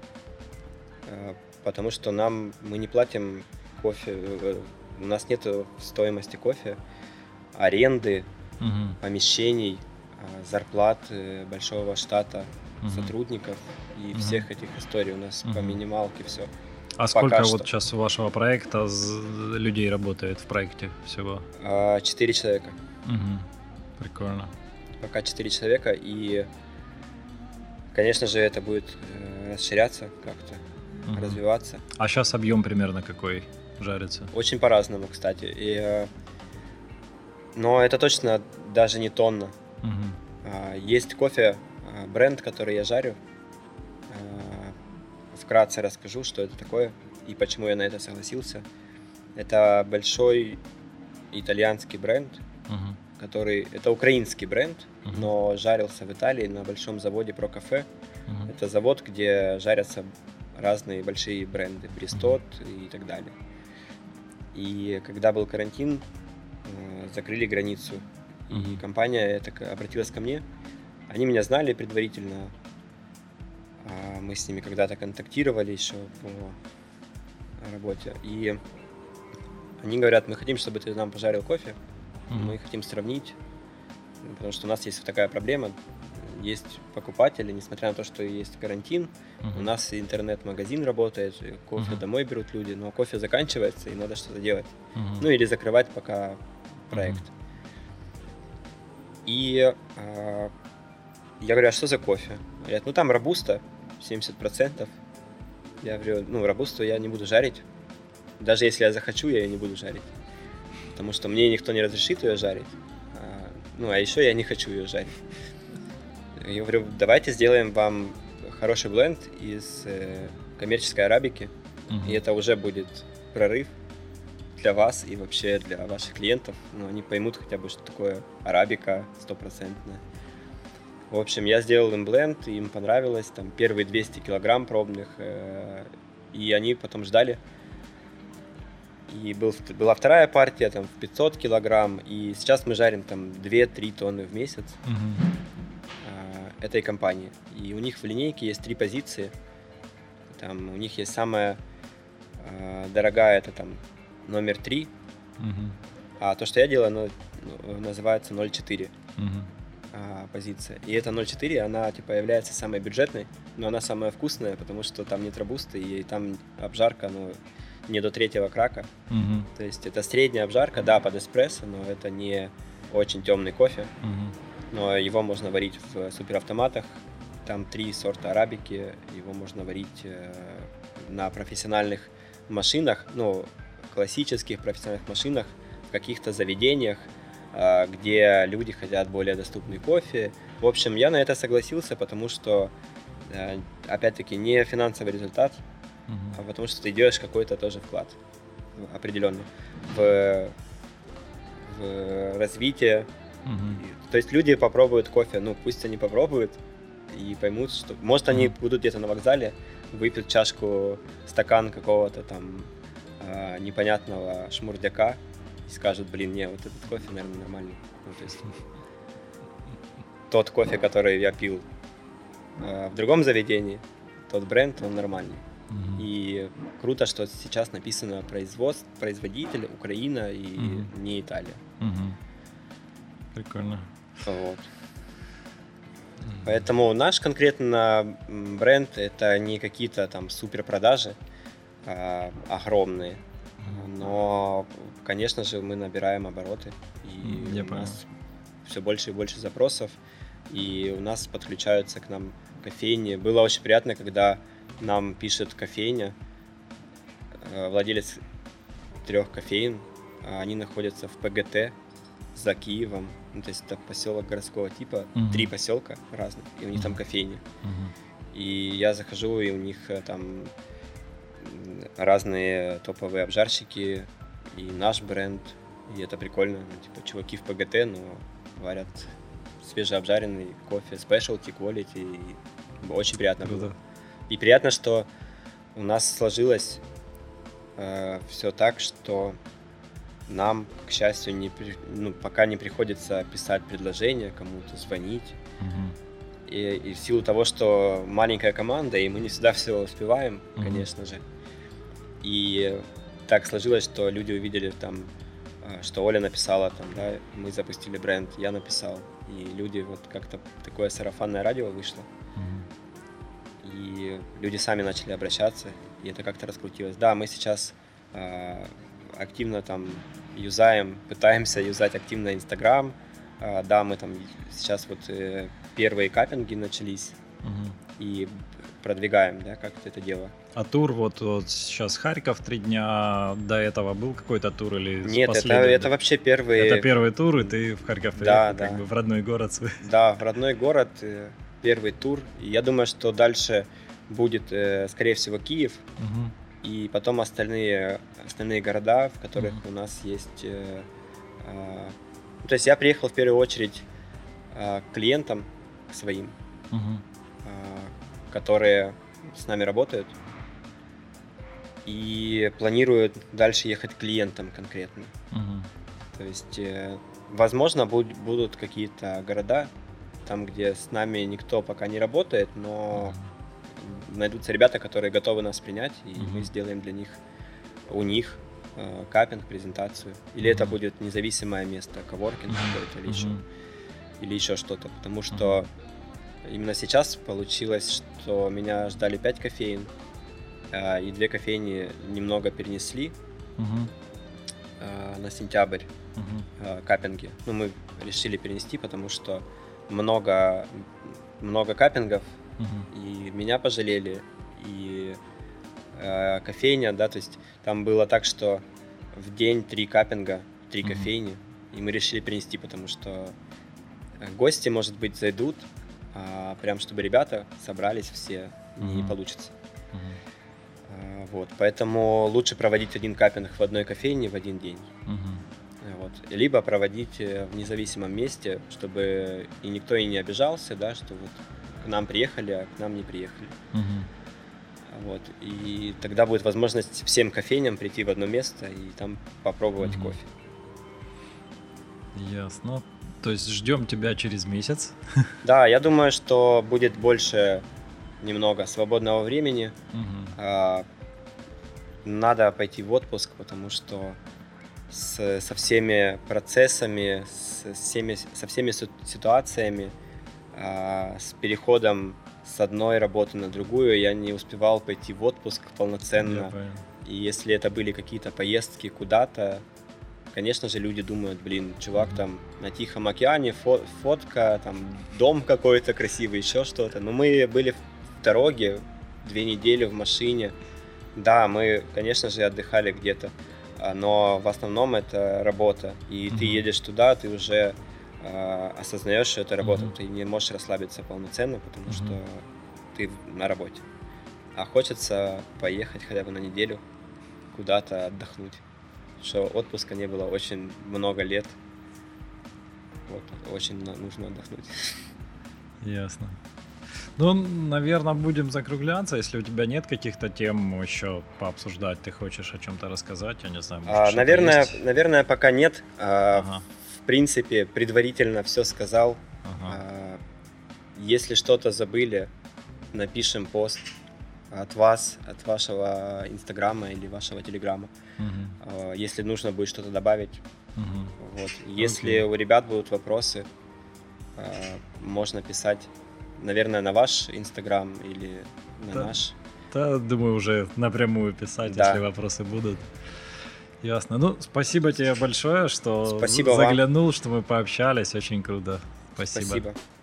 Потому что мы не платим кофе, у нас нет стоимости кофе, аренды, помещений, зарплат, большого штата сотрудников и всех этих историй у нас по минималке все. А сколько вот сейчас у вашего проекта людей работает в проекте всего? 4 человека. Прикольно. Пока 4 человека, и, конечно же, это будет расширяться как-то, развиваться. А сейчас объем примерно какой жарится? Очень по-разному, кстати. Но это точно даже не тонна. Есть кофе, бренд, который я жарю. Вкратце расскажу, что это такое и почему я на это согласился. Это большой итальянский бренд, который... Это украинский бренд, но жарился в Италии на большом заводе Pro Cafe. Это завод, где жарятся разные большие бренды, Бристот и так далее. И когда был карантин, закрыли границу, и компания обратилась ко мне. Они меня знали предварительно, мы с ними когда-то контактировали еще по работе, и они говорят: мы хотим, чтобы ты нам пожарил кофе, мы хотим сравнить, потому что у нас есть такая проблема, есть покупатели, несмотря на то, что есть карантин, у нас интернет-магазин работает, кофе домой берут люди, но кофе заканчивается, и надо что-то делать, ну или закрывать пока проект. И я говорю: а что за кофе? Говорят: ну там робуста 70%. Я говорю: ну робусту я не буду жарить. Даже если я захочу, я ее не буду жарить. Потому что мне никто не разрешит ее жарить. А еще я не хочу ее жарить. Я говорю: давайте сделаем вам хороший бленд из коммерческой арабики. И это уже будет прорыв для вас и вообще для ваших клиентов. Ну, они поймут хотя бы, что такое арабика 100%. В общем, я сделал им бленд, им понравилось, там первые 200 килограмм пробных, и они потом ждали. И была вторая партия, там, в 500 килограмм, и сейчас мы жарим там 2-3 тонны в месяц этой компании. И у них в линейке есть 3 позиции. Там у них есть самая дорогая, это там номер 3, а то, что я делаю, называется 0,4 позиция. И эта 0,4, она типа является самой бюджетной, но она самая вкусная, потому что там нет робусты, и там обжарка, не до 3-го крака. То есть это средняя обжарка, да, под эспрессо, но это не очень темный кофе. Но его можно варить в суперавтоматах. Там 3 сорта арабики, его можно варить на профессиональных машинах, классических профессиональных машинах, в каких-то заведениях, где люди хотят более доступный кофе. В общем, я на это согласился, потому что, опять-таки, не финансовый результат, а потому что ты делаешь какой-то тоже вклад определенный в развитие. То есть люди попробуют кофе, пусть они попробуют и поймут, что... Может, они будут где-то на вокзале, выпьют чашку, стакан какого-то там непонятного шмурдяка и скажут: блин, не, вот этот кофе, наверное, нормальный. То есть тот кофе, который я пил в другом заведении, тот бренд, он нормальный. И круто, что сейчас написано производитель Украина и не Италия. Прикольно. Вот. Поэтому наш конкретно бренд — это не какие-то там супер продажи огромные, но, конечно же, мы набираем обороты, и у нас все больше и больше запросов, и у нас подключаются к нам кофейни. Было очень приятно, когда нам пишет кофейня, владелец 3 кофеин, они находятся в ПГТ за Киевом, то есть это поселок городского типа, 3 поселка разных, и у них там кофейни. И я захожу, и у них там разные топовые обжарщики, и наш бренд, и это прикольно. Чуваки в ПГТ, но варят свежеобжаренный кофе, specialty, quality, и очень приятно было. И приятно, что у нас сложилось все так, что нам, к счастью, пока не приходится писать предложения, кому-то звонить. И в силу того, что маленькая команда, и мы не всегда все успеваем, конечно же. И так сложилось, что люди увидели там что Оля написала там, да, мы запустили бренд, я написал, и люди вот как-то такое сарафанное радио вышло, и люди сами начали обращаться, и это как-то раскрутилось. Да, мы сейчас активно там пытаемся юзать активно Инстаграм, да, мы там сейчас вот первые каппинги начались, и продвигаем, да, как-то это дело. А тур вот сейчас Харьков 3 дня, до этого был какой-то тур или Нет, это вообще первый... Это первый тур, и ты в Харьков приехал, как бы в родной город свой. Да, в родной город, первый тур. И я думаю, что дальше будет, скорее всего, Киев, и потом остальные города, в которых у нас есть... то есть я приехал в первую очередь к клиентам, к своим, которые с нами работают, и планируют дальше ехать к клиентам конкретно. То есть, возможно, будут какие-то города, там, где с нами никто пока не работает, но найдутся ребята, которые готовы нас принять, и мы сделаем у них каппинг, презентацию. Или это будет независимое место, коворкинг какой-то, или еще что-то. Потому что именно сейчас получилось, что меня ждали 5 кофеин, и 2 кофейни немного перенесли на сентябрь каппинги. Ну, мы решили перенести, потому что много каппингов, и меня пожалели, и кофейня, да, то есть там было так, что в день 3 каппинга, 3 кофейни, и мы решили перенести, потому что гости, может быть, зайдут, а прям чтобы ребята собрались все, не получится. Вот, поэтому лучше проводить один каппинг в одной кофейне в один день. Вот. Либо проводить в независимом месте, чтобы и никто и не обижался, да, что вот к нам приехали, а к нам не приехали. Вот. И тогда будет возможность всем кофейням прийти в одно место и там попробовать кофе. Ясно. То есть ждем тебя через месяц? Да, я думаю, что будет больше немного свободного времени. Надо пойти в отпуск, потому что со всеми процессами, со всеми ситуациями, с переходом с одной работы на другую я не успевал пойти в отпуск полноценно. И если это были какие-то поездки куда-то, конечно же, люди думают, блин, чувак там на Тихом океане, фотка, там дом какой-то красивый, еще что-то. Но мы были в дороге 2 недели в машине. Да, мы, конечно же, отдыхали где-то, но в основном это работа. И ты едешь туда, ты уже осознаешь, что это работа. Ты не можешь расслабиться полноценно, потому что ты на работе. А хочется поехать хотя бы на неделю куда-то отдохнуть. Что отпуска не было очень много лет. Вот, очень нужно отдохнуть. Ясно. Ну, наверное, будем закругляться. Если у тебя нет каких-то тем еще пообсуждать, ты хочешь о чем-то рассказать, я не знаю. Наверное, пока нет. В принципе, предварительно все сказал. Если что-то забыли, напишем пост от вас, от вашего Инстаграма или вашего Телеграма. Если нужно будет что-то добавить. Вот. Если у ребят будут вопросы, можно писать, наверное, на ваш Инстаграм или на наш. Да, думаю, уже напрямую писать, если вопросы будут. Ясно. Ну, спасибо тебе большое, что заглянул, что мы пообщались. Очень круто. Спасибо.